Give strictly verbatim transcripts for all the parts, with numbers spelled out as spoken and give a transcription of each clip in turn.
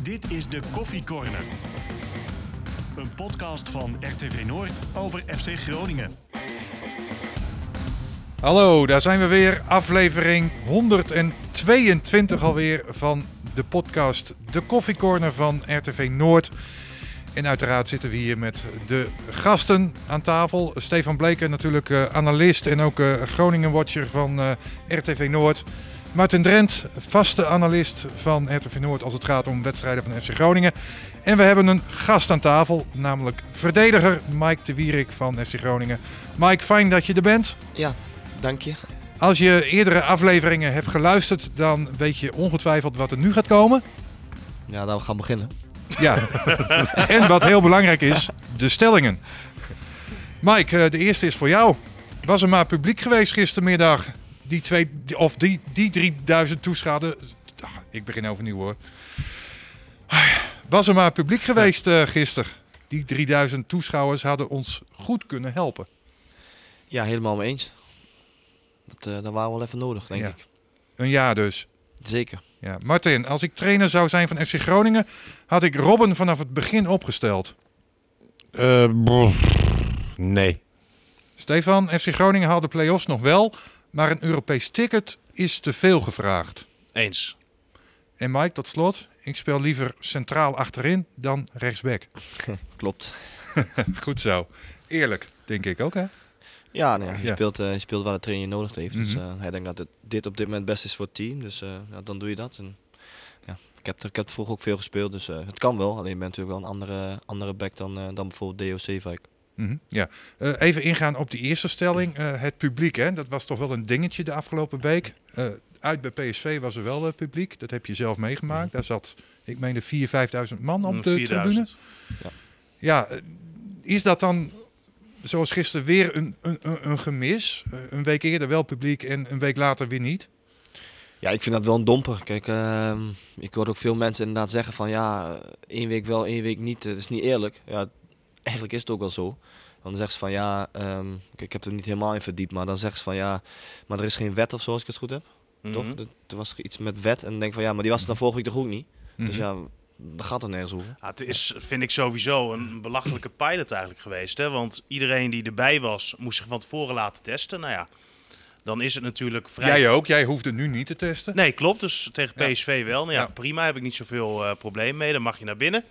Dit is de Koffie Corner. Een podcast van R T V Noord over F C Groningen. Hallo, daar zijn we weer. Aflevering honderdtweeëntwintig alweer van de podcast De Koffie Corner van R T V Noord. En uiteraard zitten we hier met de gasten aan tafel. Stefan Bleker, natuurlijk uh, analist en ook uh, Groningen-watcher van uh, R T V Noord. Martin Drent, vaste analist van R T V Noord als het gaat om wedstrijden van F C Groningen. En we hebben een gast aan tafel, namelijk verdediger Mike de Wierik van F C Groningen. Mike, fijn dat je er bent. Ja, dank je. Als je eerdere afleveringen hebt geluisterd, dan weet je ongetwijfeld wat er nu gaat komen. Ja, dan we gaan beginnen. Ja, en wat heel belangrijk is, de stellingen. Mike, de eerste is voor jou. Was er maar publiek geweest gistermiddag? Die twee, of die, die drieduizend toeschouwers. Ach, ik begin overnieuw hoor. Was er maar publiek geweest uh, gisteren? Die drieduizend toeschouwers hadden ons goed kunnen helpen. Ja, helemaal mee eens. Dat, uh, dat waren we wel even nodig, denk ja. ik. Een jaar dus. Zeker. Ja. Martin, als ik trainer zou zijn van F C Groningen, had ik Robben vanaf het begin opgesteld. Uh, nee. Stefan, F C Groningen haalt de play-offs nog wel, maar een Europees ticket is te veel gevraagd. Eens. En Mike, tot slot, ik speel liever centraal achterin dan rechtsback. Klopt. Goed zo. Eerlijk, denk ik ook, hè? Ja, nee, je, ja. Speelt, uh, je speelt waar de trainer je nodig heeft. Mm-hmm. Dus uh, hij denkt dat het, dit op dit moment best is voor het team. Dus uh, ja, dan doe je dat. En, ja, ik, heb er, ik heb er vroeger ook veel gespeeld, dus uh, het kan wel. Alleen je bent natuurlijk wel een andere, andere back dan, uh, dan bijvoorbeeld D O C vaak. Mm-hmm. Ja. Uh, even ingaan op die eerste stelling. Uh, het publiek, hè? Dat was toch wel een dingetje de afgelopen week. Uh, uit bij P S V was er wel uh, publiek. Dat heb je zelf meegemaakt. Daar zat, ik meen, de vierduizend, vijfduizend man op de tribune. Ja, ja uh, is dat dan, zoals gisteren, weer een, een, een gemis? Uh, een week eerder wel publiek en een week later weer niet? ja, ik vind dat wel een domper. Kijk, uh, ik hoor ook veel mensen inderdaad zeggen van ja, één week wel, één week niet. Het is niet eerlijk. Ja, eigenlijk is het ook wel zo. Dan zeggen ze van ja, um, ik heb er niet helemaal in verdiept, maar dan zeggen ze van ja, maar er is geen wet of zo als ik het goed heb. Mm-hmm. Toch? Er was iets met wet en dan denk ik van ja, maar die was er dan vorige week toch ook niet. Mm-hmm. Dus ja, dat gaat er nergens over. Ja, het is, vind ik sowieso een belachelijke pilot eigenlijk geweest. Hè? Want iedereen die erbij was, moest zich van tevoren laten testen. Nou ja, dan is het natuurlijk vrij... Jij ook? Jij hoefde nu niet te testen? Nee, klopt. Dus tegen P S V ja. wel. Nou ja, ja, prima. Heb ik niet zoveel uh, probleem mee. Dan mag je naar binnen.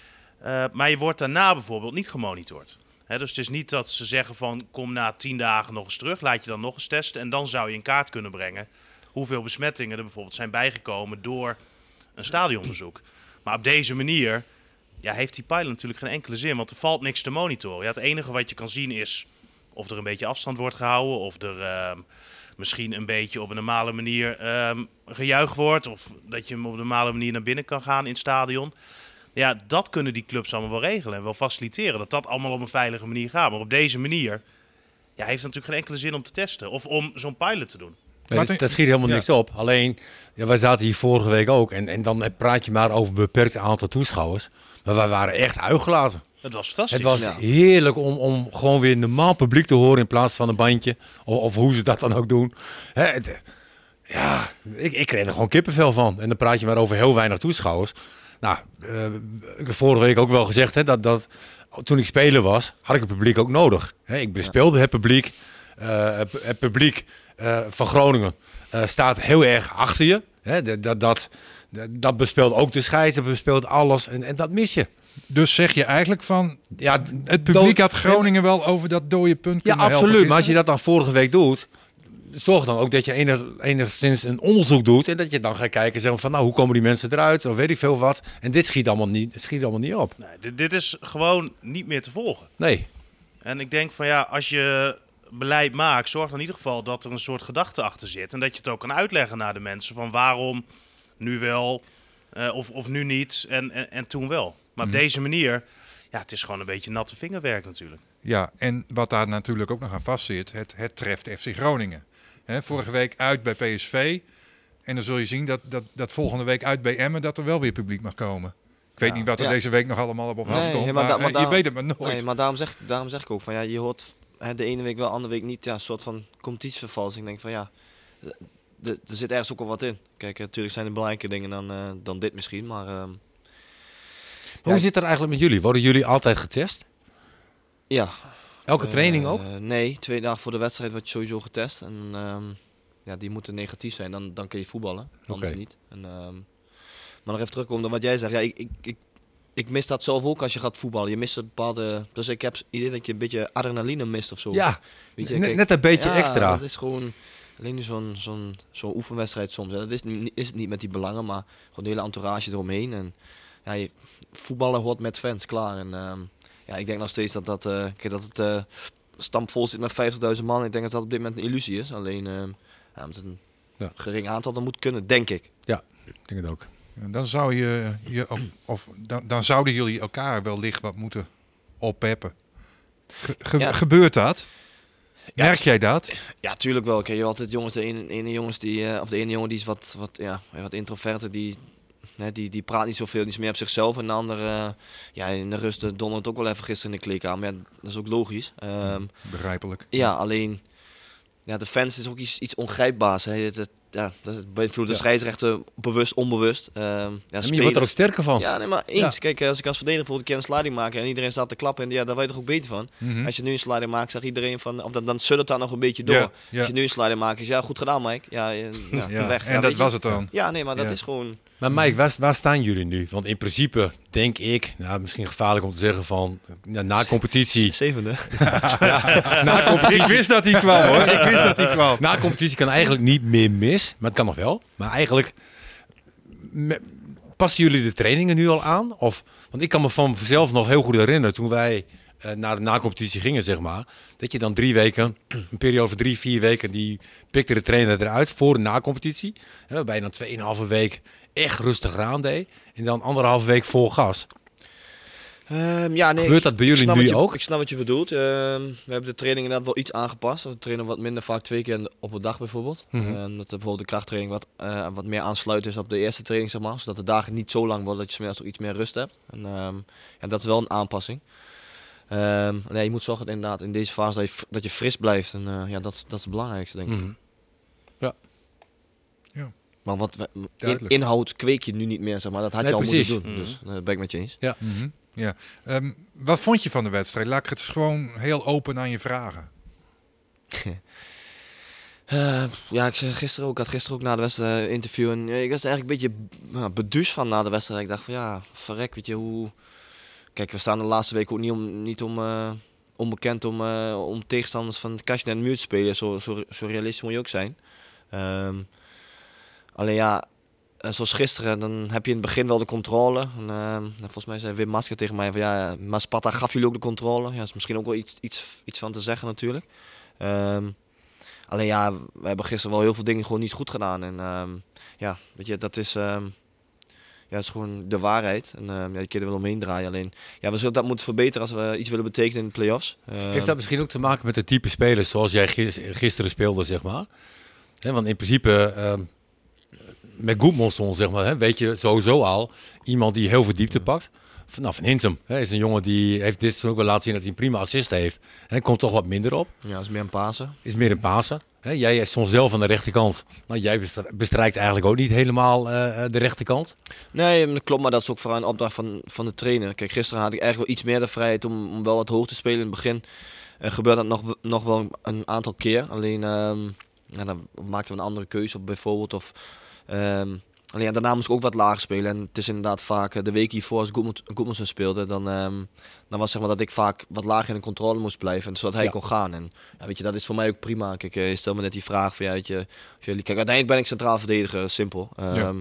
Uh, maar je wordt daarna bijvoorbeeld niet gemonitord. He, dus het is niet dat ze zeggen van kom na tien dagen nog eens terug, laat je dan nog eens testen en dan zou je in kaart kunnen brengen hoeveel besmettingen er bijvoorbeeld zijn bijgekomen door een stadionbezoek. Maar op deze manier ja, heeft die pilot natuurlijk geen enkele zin, want er valt niks te monitoren. Ja, het enige wat je kan zien is of er een beetje afstand wordt gehouden, of er uh, misschien een beetje op een normale manier uh, gejuicht wordt, of dat je hem op een normale manier naar binnen kan gaan in het stadion. Ja, dat kunnen die clubs allemaal wel regelen en wel faciliteren. Dat dat allemaal op een veilige manier gaat. Maar op deze manier ja, heeft het natuurlijk geen enkele zin om te testen. Of om zo'n pilot te doen. Nee, dat, dat schiet helemaal ja. niks op. Alleen, ja, wij zaten hier vorige week ook. En, en dan praat je maar over een beperkt aantal toeschouwers. Maar wij waren echt uitgelaten. Het was fantastisch. Het was ja. heerlijk om, om gewoon weer normaal publiek te horen in plaats van een bandje. Of, of hoe ze dat dan ook doen. Hè, het, ja, ik, ik kreeg er gewoon kippenvel van. En dan praat je maar over heel weinig toeschouwers. Nou, uh, ik heb vorige week ook wel gezegd hè, dat, dat toen ik speler was, had ik het publiek ook nodig. Hè, ik bespeelde het publiek. Uh, het, het publiek uh, van Groningen uh, staat heel erg achter je. Hè, dat, dat, dat, dat bespeelt ook de scheids, dat bespeelt alles en, en dat mis je. Dus zeg je eigenlijk van, ja, het publiek had Groningen wel over dat dode punt kunnen helpen. Ja, absoluut. Helpen, maar als je dat dan vorige week doet, zorg dan ook dat je enig, enigszins een onderzoek doet en dat je dan gaat kijken en zeggen van nou, hoe komen die mensen eruit of weet ik veel wat. En dit schiet allemaal niet, schiet allemaal niet op. Nee, dit, dit is gewoon niet meer te volgen. Nee. En ik denk van ja, als je beleid maakt, zorg dan in ieder geval dat er een soort gedachte achter zit. En dat je het ook kan uitleggen naar de mensen van waarom nu wel uh, of, of nu niet en, en, en toen wel. Maar op mm. deze manier, ja, het is gewoon een beetje natte vingerwerk natuurlijk. Ja, en wat daar natuurlijk ook nog aan vastzit, het, het treft F C Groningen. He, vorige week uit bij P S V. En dan zul je zien dat, dat, dat volgende week uit bij Emmen dat er wel weer publiek mag komen. Ik weet ja, niet wat er ja. deze week nog allemaal op afkomt, nee, maar, maar, da- maar uh, daar, je weet het maar nooit. Nee, maar daarom zeg, daarom zeg ik ook van ja, je hoort hè, de ene week wel, de andere week niet. Ja, een soort van competitievervalsing. Ik denk van ja, d- d- er zit ergens ook wel wat in. Kijk, natuurlijk zijn er belangrijke dingen dan, uh, dan dit misschien, maar uh, Hoe zit het eigenlijk met jullie? Worden jullie altijd getest? Ja. Elke training Eh, ook? Nee, twee dagen voor de wedstrijd word je sowieso getest. En ehm, ja, die moeten negatief zijn, dan, dan kun je voetballen. Anders Oké. niet. En, ehm, maar nog even terugkomen op wat jij zegt. Ja, ik, ik, ik, ik mis dat zelf ook als je gaat voetballen. Je mist een bepaalde... Dus ik heb het idee dat je een beetje adrenaline mist of zo. Ja, Weet je, net, kijk, net een beetje ja, extra. dat is gewoon... Alleen nu zo'n zo'n zo'n oefenwedstrijd soms. Hè. Dat is, niet- is het niet met die belangen, maar gewoon de hele entourage eromheen. En ja, je, voetballen hoort met fans, klaar. En ehm, ja, ik denk nog steeds dat, dat, uh, kijk, dat het uh, stampvol zit met vijftigduizend man. Ik denk dat dat op dit moment een illusie is. Alleen uh, ja, met een Ja. gering aantal dan moet kunnen, denk ik. Ik denk het ook. Dan, zou je, je ook, of, dan, dan zouden jullie elkaar wellicht wat moeten oppeppen. Ge- ge- Ja. Gebeurt dat? Ja, Merk jij dat? Ja, tuurlijk wel. Kijk, je hebt altijd jongens, de ene, ene jongens die, uh, of de ene jongen die is wat, wat, ja, wat introverter, die, hè, die, die praat niet zoveel, die is meer op zichzelf. En de andere, uh, ja, in de rust uh, dondert ook wel even gisteren in de kleedkamer. Ja, dat is ook logisch. Um, Begrijpelijk. ja, alleen, ja, de fans is ook iets, iets ongrijpbaars. Hè. Het, het, ja, dat beïnvloedt de Ja. scheidsrechter bewust, onbewust. Um, ja, En je spelers- wordt er ook sterker van. Ja, nee, maar eens. Ja. Kijk, als ik als verdediger bijvoorbeeld een keer een sliding maak en iedereen staat te klappen, en ja, daar word je toch ook beter van. Mhm. Als je nu een sliding maakt, zegt iedereen van, of dan, dan suddert dat nog een beetje door. Ja, ja. Als je nu een sliding maakt, is ja, goed gedaan, Mike. Ja, ja, ja, Ja, weg. en Ja, dat weet je. was het dan. Ja, nee, maar dat Ja. is gewoon... Maar Mike, waar, waar staan jullie nu? Want in principe denk ik, nou, misschien gevaarlijk om te zeggen van, ja, na competitie, Zevende. na Ik competitie, wist dat hij kwam hoor. Ik wist dat hij kwam. na competitie kan eigenlijk niet meer mis, maar het kan nog wel. Maar eigenlijk, me- passen jullie de trainingen nu al aan? Of, want ik kan me van mezelf nog heel goed herinneren, toen wij eh, naar de na-competitie gingen, zeg maar, dat je dan drie weken, een periode van drie, vier weken, die pikte de trainer eruit voor de na-competitie. En waarbij je dan tweeënhalve week echt rustig aan deed. En dan anderhalve week vol gas. Um, ja, nee, Gebeurt ik- dat bij jullie ik snap nu wat je- ook? Ik snap wat je bedoelt. Um, we hebben de training inderdaad wel iets aangepast. We trainen wat minder vaak twee keer op een dag bijvoorbeeld. Mhm. Um, dat de, bijvoorbeeld de krachttraining wat, uh, wat meer aansluit is op de eerste training, zeg maar. Zodat de dagen niet zo lang worden dat je 's middags ook iets meer rust hebt. En um, ja, dat is wel een aanpassing. Um, nee, je moet zorgen dat inderdaad in deze fase dat je, f- dat je fris blijft. En uh, ja, dat, dat is het belangrijkste, denk ik. Mhm. Maar wat we- in, Duidelijk. inhoud kweek je nu niet meer, zeg maar. Dat had Nee, je al precies. moeten doen. Mhm. Dus daar ben ik met je eens. Mhm. Ja. Ehm, wat vond je van de wedstrijd? Laat ik het gewoon heel open aan je vragen. Uh, ja, ik zei gisteren ook, ik had gisteren ook na de wedstrijd een interview en uh, ik was er eigenlijk een beetje uh, beduusd van na de wedstrijd. Ik dacht van ja, verrek, weet je hoe... Kijk, we staan de laatste week ook niet, om, niet om, uh, onbekend om, uh, om tegenstanders van het kastje naar de muur te spelen. Zo, zo, zo realistisch moet je ook zijn. Um, alleen ja, uh, zoals gisteren, dan heb je in het begin wel de controle. En, uh, volgens mij zei Wim Masker tegen mij van ja, maar Sparta gaf jullie ook de controle. Ja, dat is misschien ook wel iets, iets, iets van te zeggen natuurlijk. Um, Alleen ja, we hebben gisteren wel heel veel dingen gewoon niet goed gedaan. En um, ja, weet je, dat is, um, ja, dat is gewoon de waarheid. En um, ja, je kunt er wel omheen draaien. Alleen, ja, we zullen dat moeten verbeteren als we iets willen betekenen in de play-offs. Um, Heeft dat misschien ook te maken met de type spelers zoals jij gis- gisteren speelde, zeg maar? Hè, want in principe, ehm, met Goedmonson, zeg maar, hè, weet je sowieso al iemand die heel veel diepte pakt. Van, van Hintem hè, is een jongen die heeft dit seizoen ook wel laten zien dat hij een prima assist heeft. Hij komt toch wat minder op. ja, dat is meer een Pasen. Is meer een Pasen. Hè, jij stond zelf aan de rechterkant. Maar jij bestri- bestrijkt eigenlijk ook niet helemaal uh, de rechterkant. Nee, dat klopt, maar dat is ook vooral een opdracht van, van de trainer. Kijk, gisteren had ik eigenlijk wel iets meer de vrijheid om, om wel wat hoog te spelen. In het begin uh, gebeurde dat nog, nog wel een aantal keer. Alleen, um, ja, dan maakten we een andere keuze op bijvoorbeeld. Of, um, alleen ja, daarna moest ik ook wat lager spelen. En het is inderdaad vaak uh, de week hiervoor als Goedmanson speelde, dan, um, dan was zeg maar dat ik vaak wat lager in de controle moest blijven. Zodat hij Ja. kon gaan. En ja, weet je, dat is voor mij ook prima. Kijk, uh, je stelt me net die vraag van ja, weet je, of jullie, kijk, uiteindelijk ben ik centraal verdediger, simpel. Um, Ja.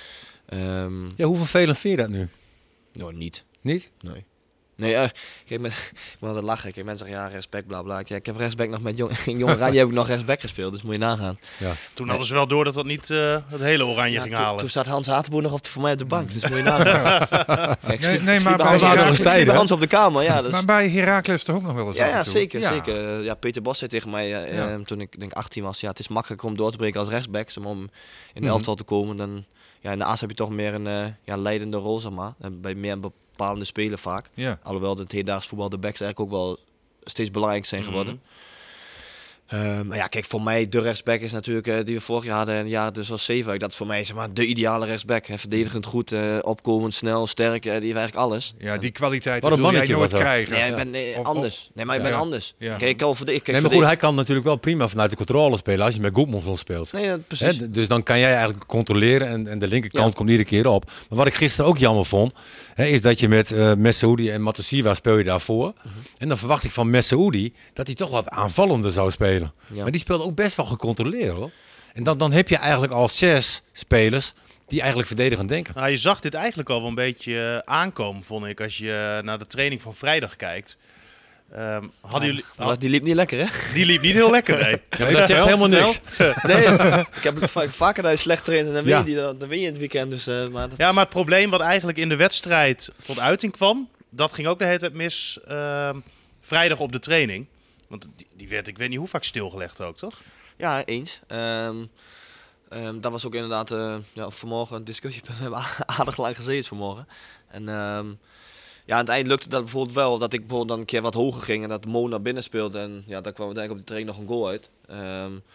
Um, Ja, hoe vervelend vind je dat nu? nou, niet. Niet? Nee. Nee, uh, kijk, met, ik moet altijd lachen. Kijk, mensen zeggen ja, respect, bla bla. Kijk, ik heb rechtsback nog met jong, in Jong Oranje heb ik nog rechtsback gespeeld, dus moet je nagaan. Ja. Toen hadden ze wel door dat dat niet uh, het hele oranje Ja, ging toen- halen. Toen staat Hans Hatenboer nog op de, voor mij op de bank, dus moet je nagaan. Kijk, Nee, ik nee, sliep maar bij bij Hans- waren nog ik eens sliep tijden, bij hè? Hans op de kamer, ja. Dus, Maar bij Heracles toch ook nog wel eens ja, af en ja, toe? zeker, Ja. zeker. Ja, Peter Bos zei tegen mij, uh, Ja. uh, toen ik denk achttien was, ja, het is makkelijker om door te breken als rechtsback, zeg maar, om in de Mhm. elftal te komen. Dan, ja, in de A's heb je toch meer een uh, ja, leidende rol, zeg maar. En bij meer een bepalende speler vaak. Ja. Alhoewel het hedendaags voetbal de backs eigenlijk ook wel steeds belangrijk zijn geworden. Uh, maar ja, kijk, voor mij de rechtsback is natuurlijk uh, die we vorig jaar hadden en ja, dus was Zeefuik. Dat is voor mij zeg maar de ideale rechtsback. Hè. Verdedigend goed, uh, opkomend, snel, sterk. Uh, die heeft eigenlijk alles. Ja, die kwaliteit Wat een zul jij mannetje nooit was dat. krijgen. Nee, ik ben nee, Of- anders. Nee, maar ik Ja. ben anders. Ja. Kijk, ik kan verdedigen. Kijk, Nee, maar goed, verdedig- hij kan natuurlijk wel prima vanuit de controle spelen als je met Goedmanson speelt. Nee, ja, precies. Hè, d- dus dan kan jij eigenlijk controleren en, en de linkerkant Ja. komt iedere keer op. Maar wat ik gisteren ook jammer vond, hè, is dat je met uh, Messoudi en Matosiwa speel je daarvoor. Mhm. En dan verwacht ik van Messoudi dat hij toch wat aanvallender zou spelen. Ja. Maar die speelt ook best wel gecontroleerd hoor. En dan, dan heb je eigenlijk al zes spelers die eigenlijk verdedigend denken. Nou, je zag dit eigenlijk al wel een beetje uh, aankomen, vond ik, als je naar de training van vrijdag kijkt. Um, hadden jullie, Maar had, die liep niet lekker, hè? die liep niet heel lekker, nee. Ja, maar dat zegt helemaal niks. Nee, ik heb het va- vaker dat je slecht traint en dan win je, Ja. die, dan win je in het weekend. Dus, uh, maar dat... Ja, maar het probleem wat eigenlijk in de wedstrijd tot uiting kwam, dat ging ook de hele tijd mis uh, vrijdag op de training. Want die, die werd, ik weet niet hoe vaak stilgelegd ook, toch? Ja, eens. Um, um, dat was ook inderdaad uh, ja, vanmorgen een discussie. We hebben aardig lang gezeten vanmorgen. En um, ja, aan het eind lukte dat bijvoorbeeld wel. Dat ik bijvoorbeeld dan een keer wat hoger ging en dat Mo naar binnen speelde. En ja, daar kwam uiteindelijk op de training nog een goal uit. Um,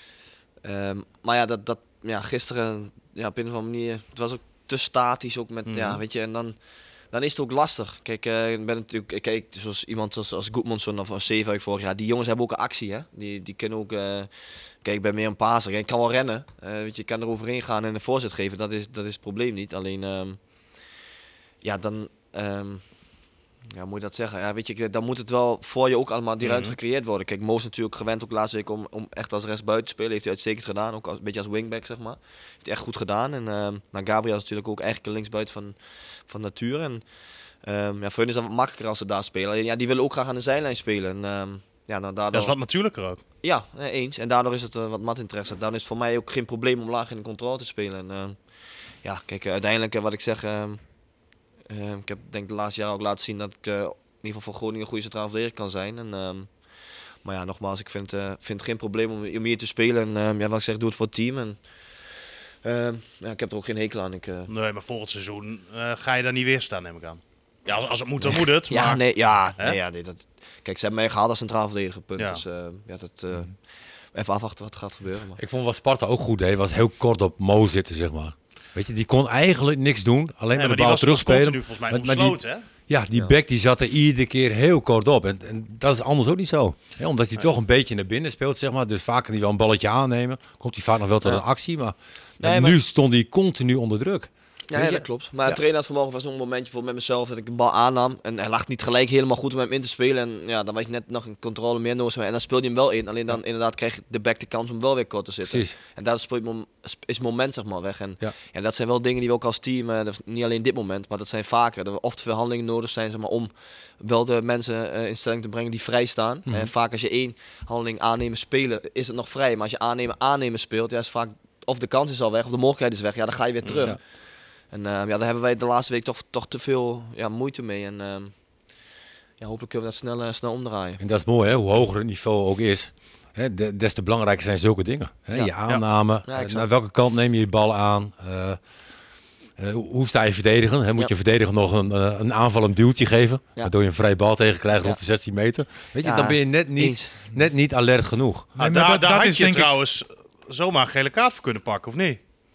um, maar ja, dat, dat, ja, gisteren ja, op een of andere manier. Het was ook te statisch ook met, mm-hmm. ja, weet je, en dan. Dan is het ook lastig. Kijk, uh, ik ben natuurlijk, kijk, zoals iemand als, als Goedmanson of als Zeefuik vorig jaar, die jongens hebben ook een actie, hè. Die, die kunnen ook, uh, kijk, ik ben meer een paser. Ik kan wel rennen, uh, weet je, ik kan er overheen gaan en een voorzet geven. Dat is, dat is het probleem niet. Alleen, um, ja, dan, um, ja, hoe moet je dat zeggen? Ja, weet je, dan moet het wel voor je ook allemaal die ruimte mm-hmm. gecreëerd worden. Kijk, Mo is natuurlijk gewend ook laatste week om, om echt als rechtsbuiten te spelen. Heeft hij uitstekend gedaan, ook als, een beetje als wingback, zeg maar. Heeft hij echt goed gedaan. En uh, nou, Gabriel is natuurlijk ook eigenlijk een linksbuiten van, van nature. En um, ja, voor hen is dat wat makkelijker als ze daar spelen. Ja, die willen ook graag aan de zijlijn spelen. En, um, ja, nou, daardoor... Dat is wat natuurlijker ook. Ja, nee, eens. En daardoor is het uh, wat mat interesse. Dan is het voor mij ook geen probleem om laag in de controle te spelen. En, uh, ja, kijk, uh, uiteindelijk uh, wat ik zeg... Uh, uh, ik heb denk de laatste jaren ook laten zien dat ik uh, in ieder geval voor Groningen een goede centraal verdediger kan zijn. En, um, maar ja, nogmaals, ik vind, uh, vind het geen probleem om, om hier te spelen. En uh, ja, wat ik zeg, doe het voor het team. En, uh, ja, ik heb er ook geen hekel aan. Ik, uh... Nee, maar volgend seizoen uh, ga je daar niet weer staan, neem ik aan. Ja, als, als het moet, dan moet het. Ja, maar... nee, ja, nee, ja nee, dat... Kijk, ze hebben mij gehaald als centraal verdediger, punt. Ja. Dus uh, ja, dat... Uh, even afwachten wat er gaat gebeuren. Maar. Ik vond wat Sparta ook goed deed, was heel kort op Mo zitten, zeg maar. Weet je, die kon eigenlijk niks doen, alleen nee, maar de bal terugspelen. Nu volgens mij maar, ontsloten, maar hè? Ja, die Ja. back die zat er iedere keer heel kort op. En, en dat is anders ook niet zo. Hè, omdat hij Nee. toch een beetje naar binnen speelt, zeg maar. Dus vaak kan hij wel een balletje aannemen. Komt hij vaak nog wel tot Ja. een actie. Maar, Nee, en maar- nu stond hij continu onder druk. Ja, Weet ja, je? dat klopt. Maar Ja. het trainer had vanmorgen was nog een momentje voor met mezelf dat ik de bal aannam. En hij lag niet gelijk helemaal goed om hem in te spelen. En ja, dan was je net nog een controle meer nodig. En dan speelde hij hem wel in. Alleen dan inderdaad kreeg de back de kans om wel weer kort te zitten. Precies. En daar is het moment zeg maar weg. En Ja. ja, dat zijn wel dingen die we ook als team, uh, dat is niet alleen dit moment, maar dat zijn vaker. Dat we of te veel handelingen nodig zijn zeg maar, om wel de mensen uh, in stelling te brengen die vrij staan. Mhm. En vaak als je één handeling aannemen spelen, is het nog vrij. Maar als je aannemen aannemen speelt, ja, is vaak of de kans is al weg of de mogelijkheid is weg. Ja, dan ga je weer terug. Ja. En uh, ja, daar hebben wij de laatste week toch, toch te veel ja, moeite mee. En uh, ja, hopelijk kunnen we dat snel, uh, snel omdraaien. En dat is mooi, hè? Hoe hoger het niveau ook is. Hè, de, des te belangrijker zijn zulke dingen. Hè? Ja. Je aanname, Ja, eh, exact. naar welke kant neem je je bal aan? Uh, uh, hoe hoe sta je verdedigen? Hè? Moet Ja. je verdedigen nog een, uh, een aanval een duwtje geven? Ja. Waardoor je een vrije bal tegen krijgt Ja. rond de zestien meter. Weet je, Ja, dan ben je net niet, eens. net niet alert genoeg. Ah, maar daar dat- daar dat had is je denk ik- trouwens zomaar een gele kaart voor kunnen pakken, of niet?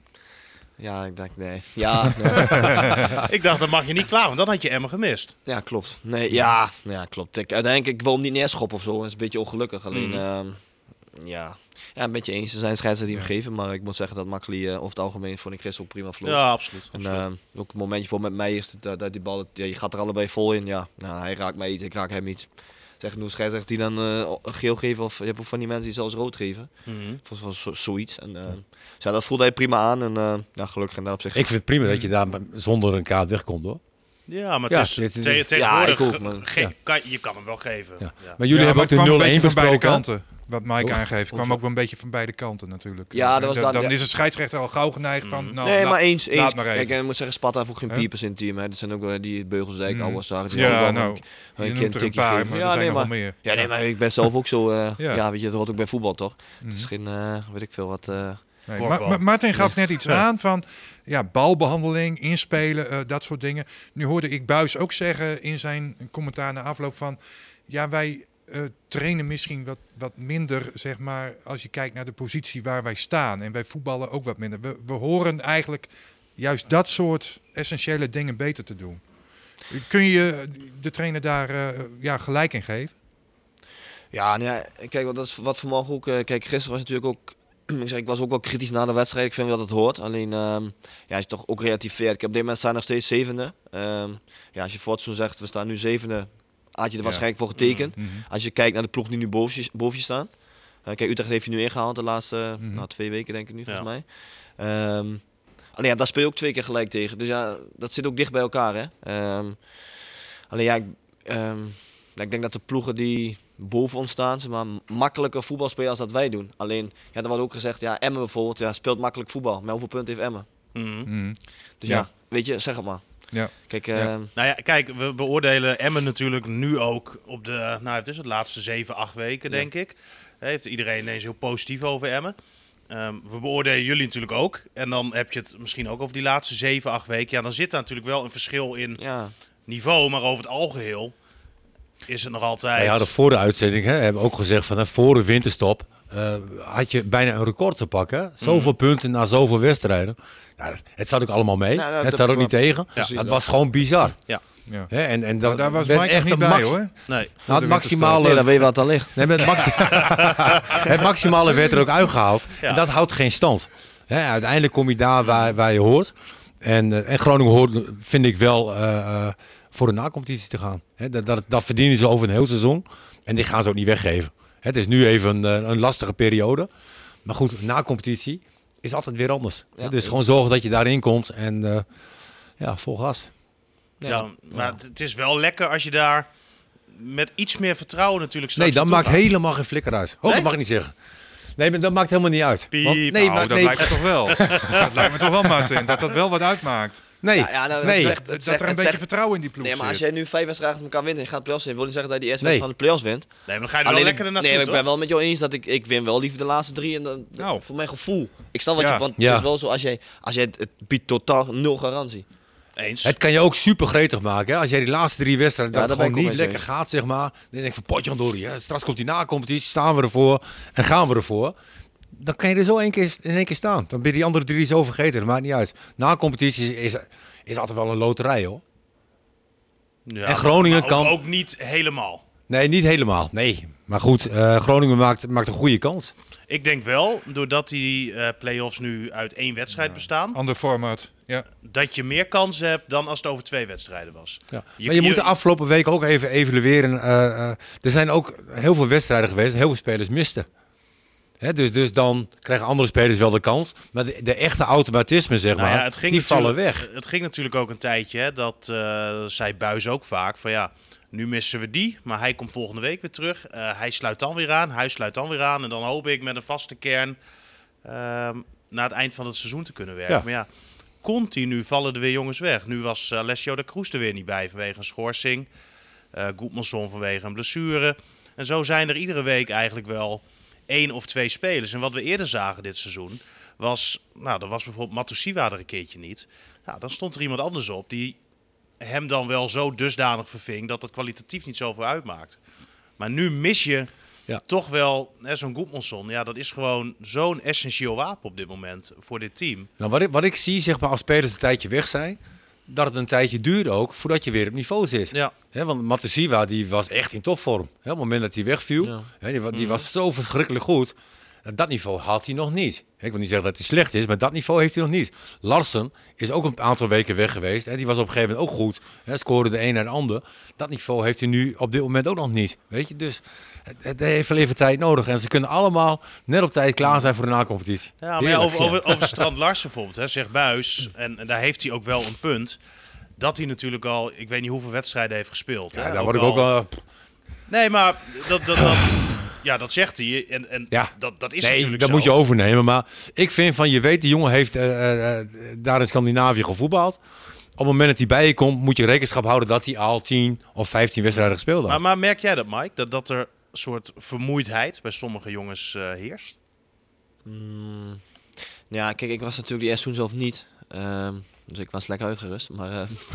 Ja, ik denk nee. Ja, nee. Ik dacht, dat mag je niet klaar, want dan had je Emmen gemist. ja klopt. Nee, ja, ja, klopt. Ik, uiteindelijk, ik wil hem niet neerschoppen of zo. Dat is een beetje ongelukkig. Alleen, Mhm. uh, ja. ja, een beetje eens. Er zijn scheidsrechters die hem geven. Maar ik moet zeggen dat Makkeli uh, over het algemeen vond ik gisteren ook prima vloog. Ja, absoluut. En absoluut. uh, ook het momentje voor met mij is dat, dat die bal, ja, je gaat er allebei vol in. Ja, nou, hij raakt mij iets, ik raak hem iets. Zeg genoeg scheidsrechters die dan uh, een geel geven of je hebt ook van die mensen die zelfs rood geven. Mhm. Van, van zo, zoiets. En, uh, dus ja, dat voelde hij prima aan en uh, ja, gelukkig en daar op zich. Ik vind het prima dat je daar zonder een kaart wegkomt, hoor. Ja, maar Ja, het is, dit is- te- ja, tegenwoordig, ik ook, man. ge- Ja. kan, je kan hem wel geven. Ja. Ja. Maar jullie Ja, hebben maar ook het kwam de een nul één beetje van beide besproken. hè? kanten. Wat Mike Oh, aangeeft, kwam hoezo? ook wel een beetje van beide kanten natuurlijk. Ja, dat was dan, dan- dan ja. is de scheidsrechter al gauw geneigd van... Mhm. Nou, nee, laat- maar eens. eens. laat maar Kijk, even. en ik moet zeggen, Sparta heeft ook geen Huh? piepers in het team. Hè. Dat zijn ook wel die Beugelsdijk, Mm. oude zagen. die Ja, ook wel nou, een- je een noemt keer er een tikje paar, geven. maar Ja, er zijn nee, nog wel maar- meer. Ja, nee, maar ik ben zelf ook zo. Uh, Ja. ja. weet je, dat hoort ook bij voetbal, toch? Het is Mhm. geen, uh, weet ik veel wat... Uh, Nee, Korfbal. maar, maar Martin gaf net iets Ja. aan van ja, balbehandeling, inspelen, uh, dat soort dingen. Nu hoorde ik Buis ook zeggen in zijn commentaar na afloop van... Ja, wij uh, trainen misschien wat, wat minder, zeg maar, als je kijkt naar de positie waar wij staan. En bij voetballen ook wat minder. We, we horen eigenlijk juist dat soort essentiële dingen beter te doen. Kun je de trainer daar uh, ja, gelijk in geven? Ja, nou ja, kijk, wat, dat is wat vanmorgen ook... Uh, kijk, gisteren was natuurlijk ook... ik, zeg, ik was ook wel kritisch na de wedstrijd. Ik vind wel dat het hoort. Alleen, um, ja, als je toch ook relativeert. Op dit moment staan nog steeds zevende. Um, ja, als je voor het seizoen zegt, we staan nu zevende... had je er ja. waarschijnlijk voor getekend. Mm-hmm. Als je kijkt naar de ploeg die nu boven je, boven je staan. Uh, kijk, Utrecht heeft je nu ingehaald de laatste mm-hmm. nou, twee weken, denk ik nu, ja. volgens mij. Um, alleen ja, daar speel je ook twee keer gelijk tegen. Dus ja, dat zit ook dicht bij elkaar, hè. Um, alleen ja, ik, um, ik denk dat de ploegen die boven ons staan, zeg maar, makkelijker voetbal spelen als dat wij doen. Alleen, ja, er wordt ook gezegd, ja, Emmen bijvoorbeeld, ja, speelt makkelijk voetbal. Maar hoeveel punten heeft Emmen? Mm-hmm. Dus ja. ja, weet je, zeg het maar. Ja. Kijk, ja. Uh, nou ja, kijk, we beoordelen Emmen natuurlijk nu ook op de, nou het is het laatste zeven, acht weken, denk ja. ik. Heeft iedereen ineens heel positief over Emmen. Um, we beoordelen jullie natuurlijk ook. En dan heb je het misschien ook over die laatste zeven, acht weken. Ja, dan zit daar natuurlijk wel een verschil in ja. niveau, maar over het algeheel is het nog altijd... Ja, de voor de uitzending hè, hebben we ook gezegd van hè, voor de winterstop uh, had je bijna een record te pakken. Zoveel mm. punten na zoveel wedstrijden. Ja, het zat ook allemaal mee. Nou, nou, het zat ook niet tegen. Ja. Het was gewoon bizar. Ja. Ja. He, en, en dat, daar was Mike echt niet bij, max- hoor. Nee. Nou, het maximale... Nee, dan weet je wat dan ligt. Nee, het, maxi- het maximale werd er ook uitgehaald. Ja. En dat houdt geen stand. He, uiteindelijk kom je daar waar, waar je hoort. En, uh, en Groningen hoort, vind ik wel, uh, uh, voor de na-competitie te gaan. He, dat, dat, dat verdienen ze over een heel seizoen. En die gaan ze ook niet weggeven. He, het is nu even een, een lastige periode. Maar goed, na-competitie is altijd weer anders. Ja. He, dus gewoon zorgen dat je daarin komt. En uh, ja, vol gas. Ja, ja, maar ja. het is wel lekker als je daar met iets meer vertrouwen natuurlijk straks... Nee, dat maakt gaat. helemaal geen flikker uit. Oh, nee? Dat mag ik niet zeggen. Nee, maar dat maakt helemaal niet uit. Piep. Want, nee, nou, maar, dat nee. lijkt me toch wel. Dat lijkt me toch wel, Martin, dat dat wel wat uitmaakt. Nee, ja, ja, nou, nee. Zegt, dat, dat zegt, er een beetje zegt, vertrouwen in die ploeg nee, maar zit. Als jij nu vijf wedstrijden met elkaar wint en je gaat play-offs in, wil niet zeggen dat je die eerste nee. wedstrijd van de play-offs wint. Nee, maar dan ga je er wel lekker naartoe, Nee, toch? ik ben wel met jou eens dat ik, ik win wel liever de laatste drie. En dan, nou. Voor mijn gevoel. Ik snap wat ja. je... Want ja. het is wel zo, als jij, als jij het biedt totaal nul garantie. Eens. Het kan je ook super gretig maken. Hè? Als jij die laatste drie wedstrijden ja, dat, dat gewoon niet lekker eens. gaat, zeg maar. Dan denk ik van potjandori. Straks komt die na-competitie, staan we ervoor en gaan we ervoor. Dan kan je er zo één keer, in één keer staan. Dan ben je die andere drie zo vergeten. Dat maakt niet uit. Na-competitie is, is, is altijd wel een loterij, hoor. Ja, en Groningen maar kan... Ook, ook niet helemaal. Nee, niet helemaal. Nee. Maar goed, uh, Groningen maakt, maakt een goede kans. Ik denk wel, doordat die uh, play-offs nu uit één wedstrijd ja. bestaan... Ander format, ja. Dat je meer kansen hebt dan als het over twee wedstrijden was. Ja. Je, maar je, je moet de afgelopen week ook even evalueren. Uh, uh, er zijn ook heel veel wedstrijden geweest. Heel veel spelers misten. Hè, dus, dus dan krijgen andere spelers wel de kans. Maar de, de echte automatismen, zeg nou maar, ja, het ging die vallen weg. Het ging natuurlijk ook een tijdje, hè, dat uh, zei Buijs ook vaak, van ja, nu missen we die, maar hij komt volgende week weer terug. Uh, hij sluit dan weer aan, hij sluit dan weer aan. En dan hoop ik met een vaste kern uh, naar het eind van het seizoen te kunnen werken. Ja. Maar ja, continu vallen er weer jongens weg. Nu was uh, Alessio de Cruz er weer niet bij vanwege een schorsing. Uh, Goedmanson vanwege een blessure. En zo zijn er iedere week eigenlijk wel één of twee spelers. En wat we eerder zagen dit seizoen was, nou, er was bijvoorbeeld Matusiwa er een keertje niet. Nou, dan stond er iemand anders op die hem dan wel zo dusdanig verving dat het kwalitatief niet zoveel uitmaakt. Maar nu mis je ja. toch wel, hè, zo'n Goedmanson. Ja, dat is gewoon zo'n essentieel wapen op dit moment voor dit team. Nou, wat ik, wat ik zie, zeg maar, als spelers een tijdje weg zijn, dat het een tijdje duurt ook voordat je weer op niveau zit. Ja. He, want Matusiwa die was echt in topvorm. He, op het moment dat hij wegviel, ja. he, die, die mm-hmm. was zo verschrikkelijk goed. Dat niveau haalt hij nog niet. Ik wil niet zeggen dat hij slecht is, maar dat niveau heeft hij nog niet. Larsen is ook een aantal weken weg geweest. He, die was op een gegeven moment ook goed. He, scoorde de een naar de ander. Dat niveau heeft hij nu op dit moment ook nog niet. Weet je, dus het, het heeft wel even tijd nodig. En ze kunnen allemaal net op tijd klaar zijn voor de na-competitie. Ja, maar ja, over, over, over Strand Larsen bijvoorbeeld, hè, zegt Buijs. En, en daar heeft hij ook wel een punt. Dat hij natuurlijk al, ik weet niet hoeveel wedstrijden heeft gespeeld. Ja, hè? daar ook word ik al... ook wel... Nee, maar dat, dat, dat, ja, dat zegt hij. En, en ja. dat, dat is nee, natuurlijk dat zo. moet je overnemen. Maar ik vind van, je weet, die jongen heeft uh, uh, daar in Scandinavië gevoetbald. Op het moment dat hij bij je komt, moet je rekenschap houden dat hij al tien of vijftien wedstrijden gespeeld had. Maar, maar merk jij dat, Mike? Dat, dat er een soort vermoeidheid bij sommige jongens uh, heerst? Mm, ja, kijk, ik was natuurlijk die eerste seizoen zelf niet. Um, Dus ik was lekker uitgerust. Maar,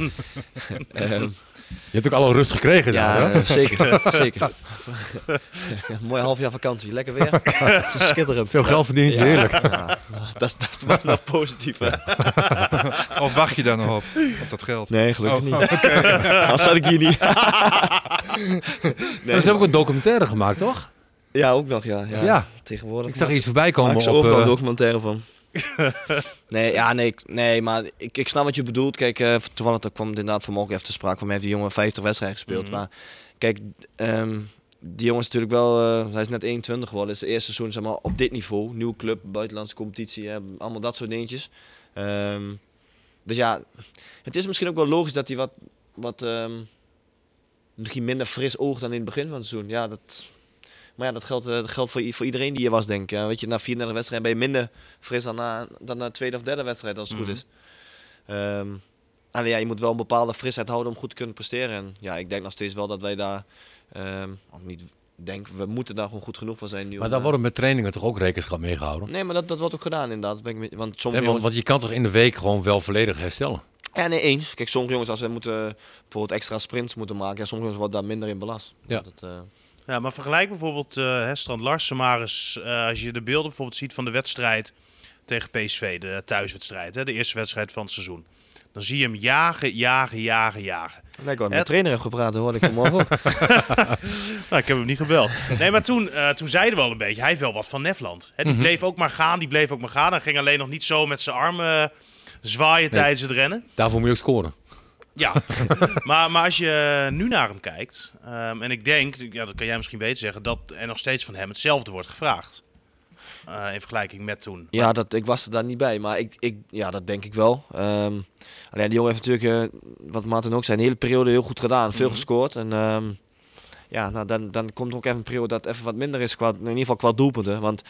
uh, um, je hebt ook alle rust gekregen ja, daar, hè? Uh, zeker. zeker. ja, mooi half jaar vakantie. Lekker weer. Schitterend. Veel geld verdiend, ja, heerlijk. Ja, dat is dat wel positief. Hè? Of wacht je daar nog op, op dat geld? Nee, gelukkig oh, niet. Oh, okay. Anders zat ik hier niet. nee, maar ze hebben ook een documentaire gemaakt, toch? Ja, ook nog, ja. ja. Ja. Tegenwoordig. Ik zag iets voorbij komen ik op... overal uh, een documentaire van. nee, ja, nee, nee, maar ik, ik snap wat je bedoelt. Kijk, uh, toevallig dat kwam inderdaad vanmorgen even te sprake. Van mij heeft die jongen vijftig wedstrijden gespeeld. Mm-hmm. Maar kijk, um, die jongen is natuurlijk wel... Uh, hij is net eenentwintig geworden. Het is het eerste seizoen zeg maar, op dit niveau. Nieuwe club, buitenlandse competitie. Hè, allemaal dat soort dingetjes. Um, dus ja, het is misschien ook wel logisch dat hij wat... wat um, misschien minder fris oogt dan in het begin van het seizoen. Ja, dat... Maar ja, dat geldt, dat geldt voor, voor iedereen die hier was, denk ik. Ja, weet je, na vierendertig wedstrijden ben je minder fris dan na, dan na de tweede of derde wedstrijd, als het mm-hmm. goed is. Um, alleen ja, je moet wel een bepaalde frisheid houden om goed te kunnen presteren. En ja, ik denk nog steeds wel dat wij daar, um, of niet denk, we moeten daar gewoon goed genoeg voor zijn nu. Maar daar worden met trainingen toch ook rekenschap mee gehouden? Nee, maar dat, dat wordt ook gedaan inderdaad. Ben ik, want, sommige nee, want, jongens... want je kan toch in de week gewoon wel volledig herstellen? Ja, nee, eens. Kijk, sommige jongens, als ze moeten bijvoorbeeld extra sprints moeten maken, ja, sommige jongens worden daar minder in belast. Ja. Dat, uh, Ja, maar vergelijk bijvoorbeeld uh, Strand Larsen maar eens, uh, als je de beelden bijvoorbeeld ziet van de wedstrijd tegen P S V, de thuiswedstrijd, hè, de eerste wedstrijd van het seizoen. Dan zie je hem jagen, jagen, jagen, jagen. Lijkt wel met de trainer heb gepraat, hoorde ik vanmorgen ook. nou, ik heb hem niet gebeld. Nee, maar toen, uh, toen zeiden we al een beetje, hij heeft wel wat van Nefland. Hè, die mm-hmm. bleef ook maar gaan, die bleef ook maar gaan. Hij ging alleen nog niet zo met zijn armen uh, zwaaien nee. tijdens het rennen. Daarvoor moet je ook scoren. Ja, maar, maar als je nu naar hem kijkt, um, en ik denk, ja, dat kan jij misschien beter zeggen, dat er nog steeds van hem hetzelfde wordt gevraagd. Uh, in vergelijking met toen. Ja, dat, ik was er daar niet bij, maar ik, ik, ja, dat denk ik wel. Um, alleen die jongen heeft natuurlijk, uh, wat Maarten ook zei, een hele periode heel goed gedaan, veel mm-hmm. gescoord. En um, ja, nou, dan, dan komt er ook even een periode dat even wat minder is, qua, in ieder geval qua doelpunten. Want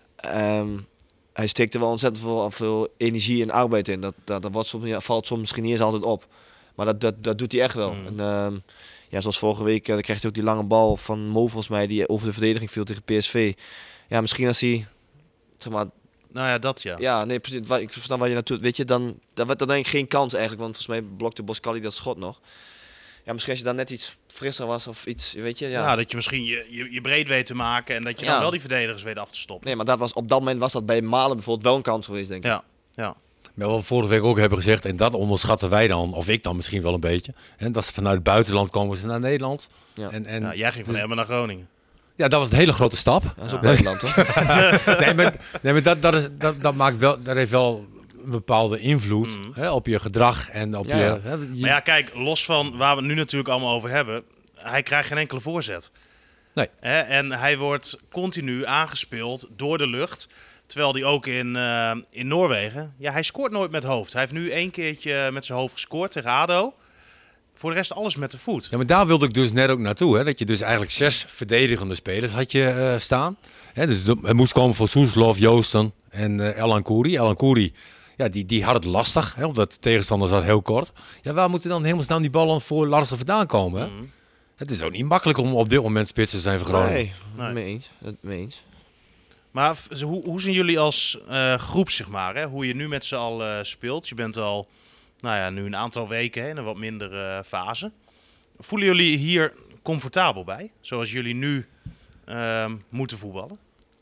um, hij steekt er wel ontzettend veel, veel energie en arbeid in. Dat, dat, dat wordt soms, ja, valt soms misschien niet eens altijd op. Maar dat, dat, dat doet hij echt wel. Mm. En, um, ja, zoals vorige week, uh, dan kreeg hij ook die lange bal van Mo volgens mij, die over de verdediging viel tegen P S V. Ja, misschien als hij, zeg maar... Nou ja, dat ja. Ja, nee, precies. Ik verstaan waar je naartoe, weet je, dan, dan werd dan denk ik geen kans eigenlijk, want volgens mij blokte Boskali dat schot nog. Ja, misschien als je dan net iets frisser was of iets, weet je. Ja, ja dat je misschien je, je, je breed weet te maken en dat je ja. dan wel die verdedigers weet af te stoppen. Nee, maar dat was, op dat moment was dat bij Malen bijvoorbeeld wel een kans geweest, denk ik. Ja, ja. Maar wat we vorige week ook hebben gezegd, en dat onderschatten wij dan, of ik dan misschien wel een beetje, hè, dat ze vanuit het buitenland komen ze naar Nederland. Ja. En, en ja, jij ging van dus, Emmen naar Groningen. Ja, dat was een hele grote stap. Ja, dat is ook buitenland, hoor. nee, maar, nee, maar dat, dat, is, dat, dat, maakt wel, dat heeft wel een bepaalde invloed mm. hè, op je gedrag en op ja, je, ja. Hè, je... Maar ja, kijk, los van waar we het nu natuurlijk allemaal over hebben, hij krijgt geen enkele voorzet. Nee. Hè, en hij wordt continu aangespeeld door de lucht. Terwijl hij ook in, uh, in Noorwegen, ja, hij scoort nooit met hoofd. Hij heeft nu één keertje met zijn hoofd gescoord tegen ADO. Voor de rest alles met de voet. Ja, maar daar wilde ik dus net ook naartoe. Hè? Dat je dus eigenlijk zes verdedigende spelers had je uh, staan. Hè? Dus het moest komen voor Soeslof, Joosten en uh, El Ancoury. El Ancoury, ja, die, die had het lastig, hè? Omdat de tegenstander zat heel kort. Ja, waar moeten dan helemaal snel die ballen voor Larsen vandaan komen? Hè? Mm. Het is ook niet makkelijk om op dit moment spits te zijn voor Groningen. Nee, nee. Mee eens. Mee eens. Maar hoe, hoe zijn jullie als uh, groep, zeg maar, hè? Hoe je nu met z'n allen uh, speelt? Je bent al, nou ja, nu een aantal weken hè, in een wat mindere uh, fase. Voelen jullie hier comfortabel bij? Zoals jullie nu uh, moeten voetballen?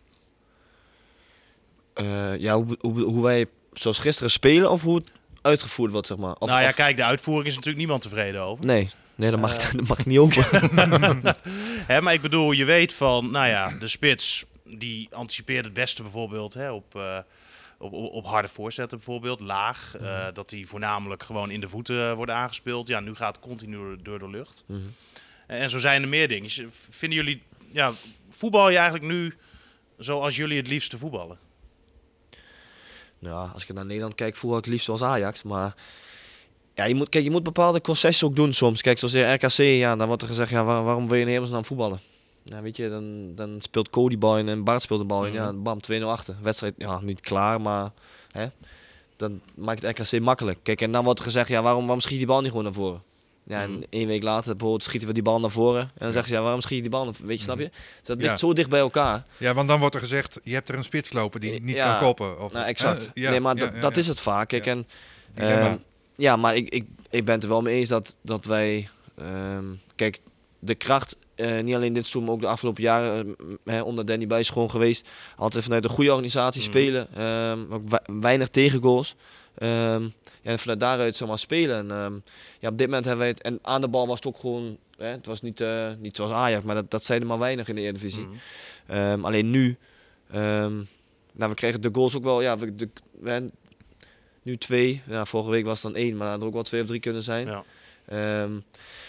Uh, ja, hoe, hoe, hoe wij zoals gisteren spelen of hoe het uitgevoerd wordt, zeg maar? Of, nou ja, of... kijk, de uitvoering is natuurlijk niemand tevreden over. Nee, nee dat, mag, uh... dat mag ik niet over. Hè, maar ik bedoel, je weet van, nou ja, de spits... Die anticipeert het beste bijvoorbeeld hè, op, uh, op, op harde voorzetten bijvoorbeeld, laag. Uh, mm-hmm. Dat die voornamelijk gewoon in de voeten uh, worden aangespeeld. Ja, nu gaat het continu door de lucht. Mm-hmm. En, en zo zijn er meer dingen. Vinden jullie, ja, voetbal je eigenlijk nu zoals jullie het liefste voetballen? Nou, als ik naar Nederland kijk, voetbal ik het liefst zoals Ajax. Maar ja, je moet, kijk, je moet bepaalde concessies ook doen soms. Kijk, zoals de R K C, ja, dan wordt er gezegd, ja, waar, waarom wil je in hemelsnaam voetballen? Nou, weet je, dan, dan speelt Cody bal in en Bart speelt de bal in. Ja, bam, twee nul achter. Wedstrijd, ja, niet klaar, maar hè, dan maakt het R K C makkelijk. Kijk, en dan wordt er gezegd, ja, waarom, waarom schiet die bal niet gewoon naar voren? Ja, en één week later bijvoorbeeld schieten we die bal naar voren. En dan zeggen ze, ja, waarom schiet je die bal naar voren? Weet je, snap je? Dus dat ligt ja. zo dicht bij elkaar. Ja, want dan wordt er gezegd, je hebt er een spits lopen die niet ja. kan koppen. Of, nou, exact. Uh, ja, nee, maar ja, dat, ja, dat ja. is het vaak. Kijk, ja. en Dilemma. Um, ja, maar ik, ik, ik ben het er wel mee eens dat, dat wij... Um, kijk, de kracht, uh, niet alleen dit seizoen, maar ook de afgelopen jaren... Uh, hè, onder Danny Buijs gewoon geweest. Altijd vanuit een goede organisatie mm. spelen. Um, ook we- weinig tegengoals. Um, ja, en vanuit daaruit zomaar spelen. En, um, ja, op dit moment hebben wij het... En aan de bal was het ook gewoon... Hè, het was niet, uh, niet zoals Ajax, maar dat, dat zijn er maar weinig in de Eredivisie. Mm. Um, alleen nu... Um, nou, we kregen de goals ook wel... Ja, we, de, we, nu twee. Ja, vorige week was het dan één, maar er ook wel twee of drie kunnen zijn. Ja, um,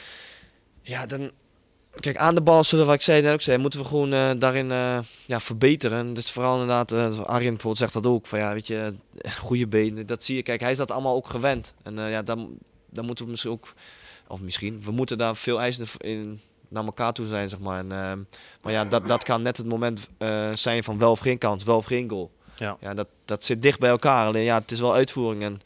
ja dan... Kijk, aan de bal, zoals wat ik zei, net ook zei, moeten we gewoon uh, daarin uh, ja, verbeteren. En dat is vooral inderdaad, uh, Arjen bijvoorbeeld zegt dat ook, van ja, weet je, goede benen, dat zie je. Kijk, hij is dat allemaal ook gewend. En uh, ja, dan, dan moeten we misschien ook, of misschien, we moeten daar veel eisen in naar elkaar toe zijn, zeg maar. En, uh, maar ja, dat, dat kan net het moment uh, zijn van wel of geen kans, wel of geen goal. Ja, ja dat, dat zit dicht bij elkaar. Alleen ja, het is wel uitvoering. En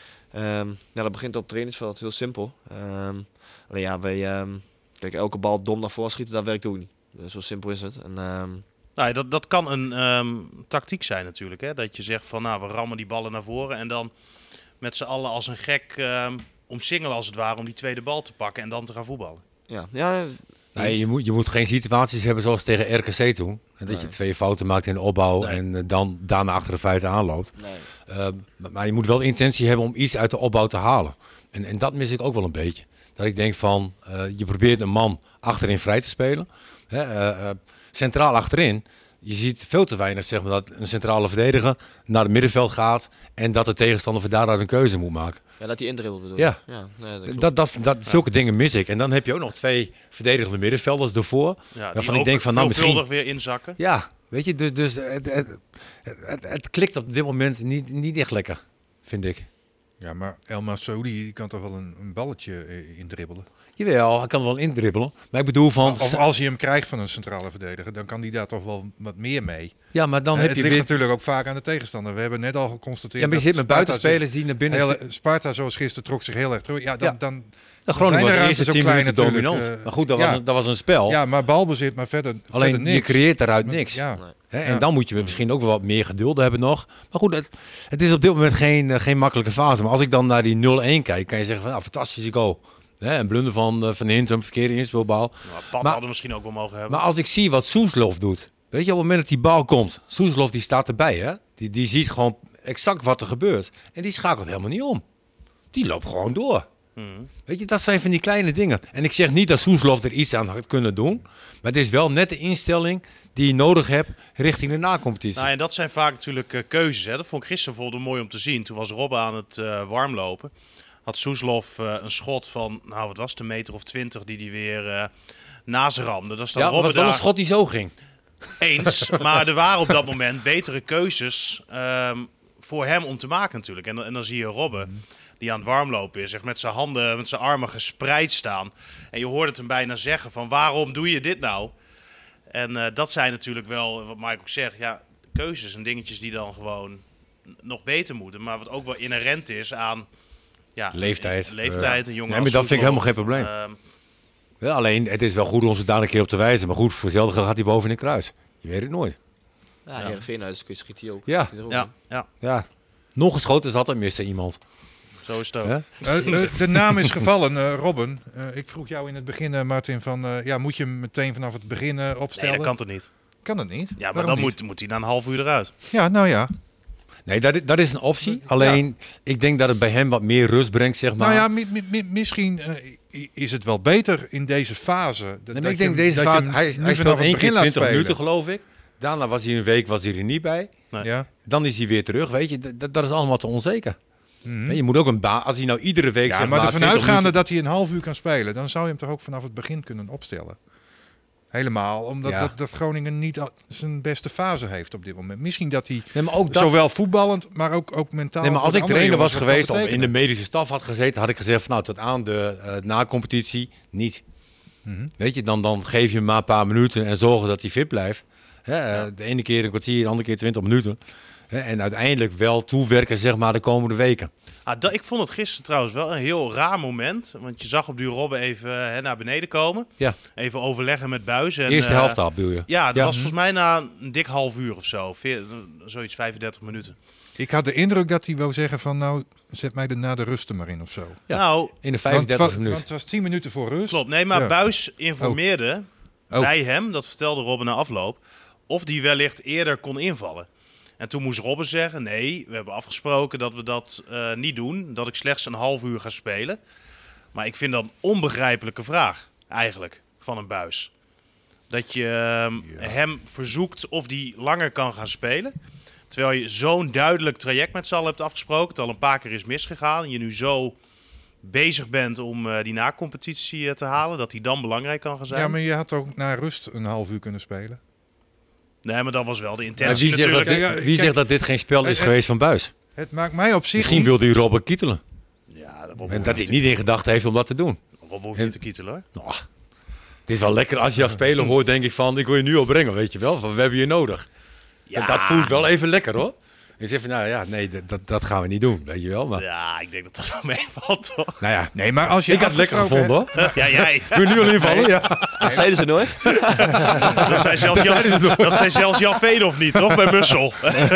um, ja, dat begint op het trainingsveld, heel simpel. Um, alleen ja, wij... Um, Kijk, elke bal dom naar voren schieten, dat werkt ook niet. Dus zo simpel is het. En, um... nou, dat, dat kan een um, tactiek zijn natuurlijk. Hè? Dat je zegt van, nou, we rammen die ballen naar voren. En dan met z'n allen als een gek um, omsingelen als het ware om die tweede bal te pakken en dan te gaan voetballen. Ja, ja. Nee, je moet, je moet geen situaties hebben zoals tegen R K C toen. En dat nee. je twee fouten maakt in de opbouw nee. en uh, dan daarna achter de feiten aanloopt. Nee. Uh, maar, maar je moet wel intentie hebben om iets uit de opbouw te halen. En, en dat mis ik ook wel een beetje. Dat ik denk van, uh, je probeert een man achterin vrij te spelen. Hè, uh, uh, centraal achterin. Je ziet veel te weinig, zeg maar, dat een centrale verdediger naar het middenveld gaat en dat de tegenstander van daaruit een keuze moet maken. Ja, dat hij indribbelt bedoel je? Ja, ja nee, dat dat, dat, dat, zulke ja. dingen mis ik. En dan heb je ook nog twee verdedigende middenvelders ervoor. Ja, waarvan ik denk van, nou misschien weer inzakken. Ja, weet je, dus, dus het, het, het, het klikt op dit moment niet, niet echt lekker, vind ik. Ja, maar El Masoudi kan toch wel een, een balletje uh, indribbelen? Jawel, hij kan wel indribbelen. Maar ik bedoel van... Of als hij hem krijgt van een centrale verdediger, dan kan hij daar toch wel wat meer mee. Ja, maar dan uh, heb het je ligt weer... natuurlijk ook vaak aan de tegenstander. We hebben net al geconstateerd... Ja, maar je zit met buitenspelers die naar binnen... Heel, Sparta, zoals gisteren, trok zich heel erg terug. Ja, dan... Ja. dan de Groningen was de eerste tien minuten klein, dominant. Uh, maar goed, dat, ja. was een, dat was een spel. Ja, maar balbezit, maar verder, Alleen, verder niks. je creëert daaruit niks. Ja. Nee. He, en ja. dan moet je misschien ook wel wat meer geduld hebben nog. Maar goed, het, het is op dit moment geen, uh, geen makkelijke fase. Maar als ik dan naar die nul-één kijk, kan je zeggen van, nou, fantastische goal. He, een blunder van uh, Van Hintem, verkeerde inspeelbal. Nou, Pat hadden we misschien ook wel mogen hebben. Maar als ik zie wat Soeslof doet. Weet je, op het moment dat die bal komt. Soeslof die staat erbij, hè. Die, die ziet gewoon exact wat er gebeurt. En die schakelt helemaal niet om. Die loopt gewoon door. Mm. Weet je, dat zijn van die kleine dingen. En ik zeg niet dat Soeslof er iets aan had kunnen doen. Maar het is wel net de instelling die je nodig hebt richting de na-competitie. Nou, en dat zijn vaak natuurlijk uh, keuzes. Hè. Dat vond ik gisteren bijvoorbeeld mooi om te zien. Toen was Robben aan het uh, warmlopen. Had Soeslof uh, een schot van, nou wat was het, een meter of twintig die hij weer uh, naast ramde. Dat ja, het was wel daar... een schot die zo ging. Eens, maar er waren op dat moment betere keuzes um, voor hem om te maken natuurlijk. En, en dan zie je Robben, mm. die aan het warmlopen is, echt met zijn handen, met zijn armen gespreid staan. En je hoort het hem bijna zeggen van, waarom doe je dit nou? En uh, dat zijn natuurlijk wel, wat Mike ook zegt, ja, keuzes en dingetjes die dan gewoon nog beter moeten. Maar wat ook wel inherent is aan ja, leeftijd. leeftijd en jongen. Ja, maar dat vind ik helemaal geen probleem. Uh, ja, alleen, het is wel goed om ze daar een keer op te wijzen. Maar goed, voor hetzelfde geld gaat hij boven in de kruis. Je weet het nooit. Ja, ja. Heerenveen uit, dus schiet hij ook. Ja. Ja, ja. ja. Nog geschoten is altijd missen iemand. Zo is het ook. Ja? Uh, uh, de naam is gevallen, uh, Robben. Uh, ik vroeg jou in het begin, uh, Martin, van uh, ja, moet je hem meteen vanaf het begin uh, opstellen? Nee, dat kan toch niet? Kan dat niet? Ja, maar Waarom dan moet, moet hij na een half uur eruit. Ja, nou ja. Nee, dat is, dat is een optie. Alleen, ja. ik denk dat het bij hem wat meer rust brengt, zeg maar. Nou ja, mi, mi, mi, misschien uh, is het wel beter in deze fase. Dat, nee, dat ik denk je, deze fase, hij, hij speelt één keer twintig minuten, geloof ik. Daarna was hij een week was hij er niet bij. Nee. Ja. Dan is hij weer terug, weet je. Dat, dat is allemaal te onzeker. Mm-hmm. Je moet ook een baan, als hij nou iedere week... Ja, zeg maar, maar ervan uitgaande dat hij een half uur kan spelen, dan zou je hem toch ook vanaf het begin kunnen opstellen. Helemaal, omdat ja. dat, dat Groningen niet zijn beste fase heeft op dit moment. Misschien dat hij nee, maar ook dat... zowel voetballend, maar ook, ook mentaal... Nee, maar als ik trainer was geweest of in de medische staf had gezeten, had ik gezegd van nou, tot aan de uh, na-competitie niet. Mm-hmm. Weet je, dan, dan geef je hem maar een paar minuten en zorgen dat hij fit blijft. Hè, ja. De ene keer een kwartier, de andere keer twintig minuten. Hè, en uiteindelijk wel toewerken, zeg maar, de komende weken. Ah, dat, ik vond het gisteren trouwens wel een heel raar moment. Want je zag op duur Robben even hè, naar beneden komen. Ja. Even overleggen met Buijs. En, Eerste uh, helft al, bedoel je? Ja, dat ja. was volgens mij na een dik half uur of zo. Veer, zoiets vijfendertig minuten. Ik had de indruk dat hij wou zeggen van nou, zet mij er na de rust er maar in of zo. Ja. Nou, In de Want, vijfendertigste want minuut. het was tien minuten voor rust. klopt. Nee, maar Ja. Buijs informeerde Oh. bij hem, dat vertelde Robben na afloop, of die wellicht eerder kon invallen. En toen moest Robben zeggen, nee, we hebben afgesproken dat we dat uh, niet doen. Dat ik slechts een half uur ga spelen. Maar ik vind dat een onbegrijpelijke vraag, eigenlijk, van een Buijs. Dat je uh, Ja. hem verzoekt of die langer kan gaan spelen. Terwijl je zo'n duidelijk traject met z'n allen hebt afgesproken. Het al een paar keer is misgegaan. En je nu zo bezig bent om uh, die na-competitie uh, te halen. Dat die dan belangrijk kan gaan zijn. Ja, maar je had ook na rust een half uur kunnen spelen. Nee, maar dat was wel de Maar intentie wie zegt, dat natuurlijk. dit, Ja, wie kijk, zegt dat dit geen spel is het- geweest van Buijs? Het maakt mij op zich Misschien niet... wilde hij Robben kietelen. Ja, Robben En hoeft dat hij niet het niet in gedachten heeft om dat te doen. te- Robben hoeft niet te kietelen hoor. Nou, het is wel lekker als je als speler hoort, denk ik van, ik wil je nu al brengen, weet je wel. Van, we hebben je nodig. Ja. Dat voelt wel even lekker hoor. En zeg van, nou ja, nee, dat- dat, dat gaan we niet doen, weet je wel. Maar, Ja, ik denk dat dat wel meevalt toch? nou ja, Nee, maar als je ik had het lekker afgesproken gevonden hoor. Ja, jij. Kun je nu al invallen? Ja. Dat zeiden ze nooit. Dat zei zelfs Jan, dat zei zelfs Jan Veenhoff niet, toch? Bij Mussel.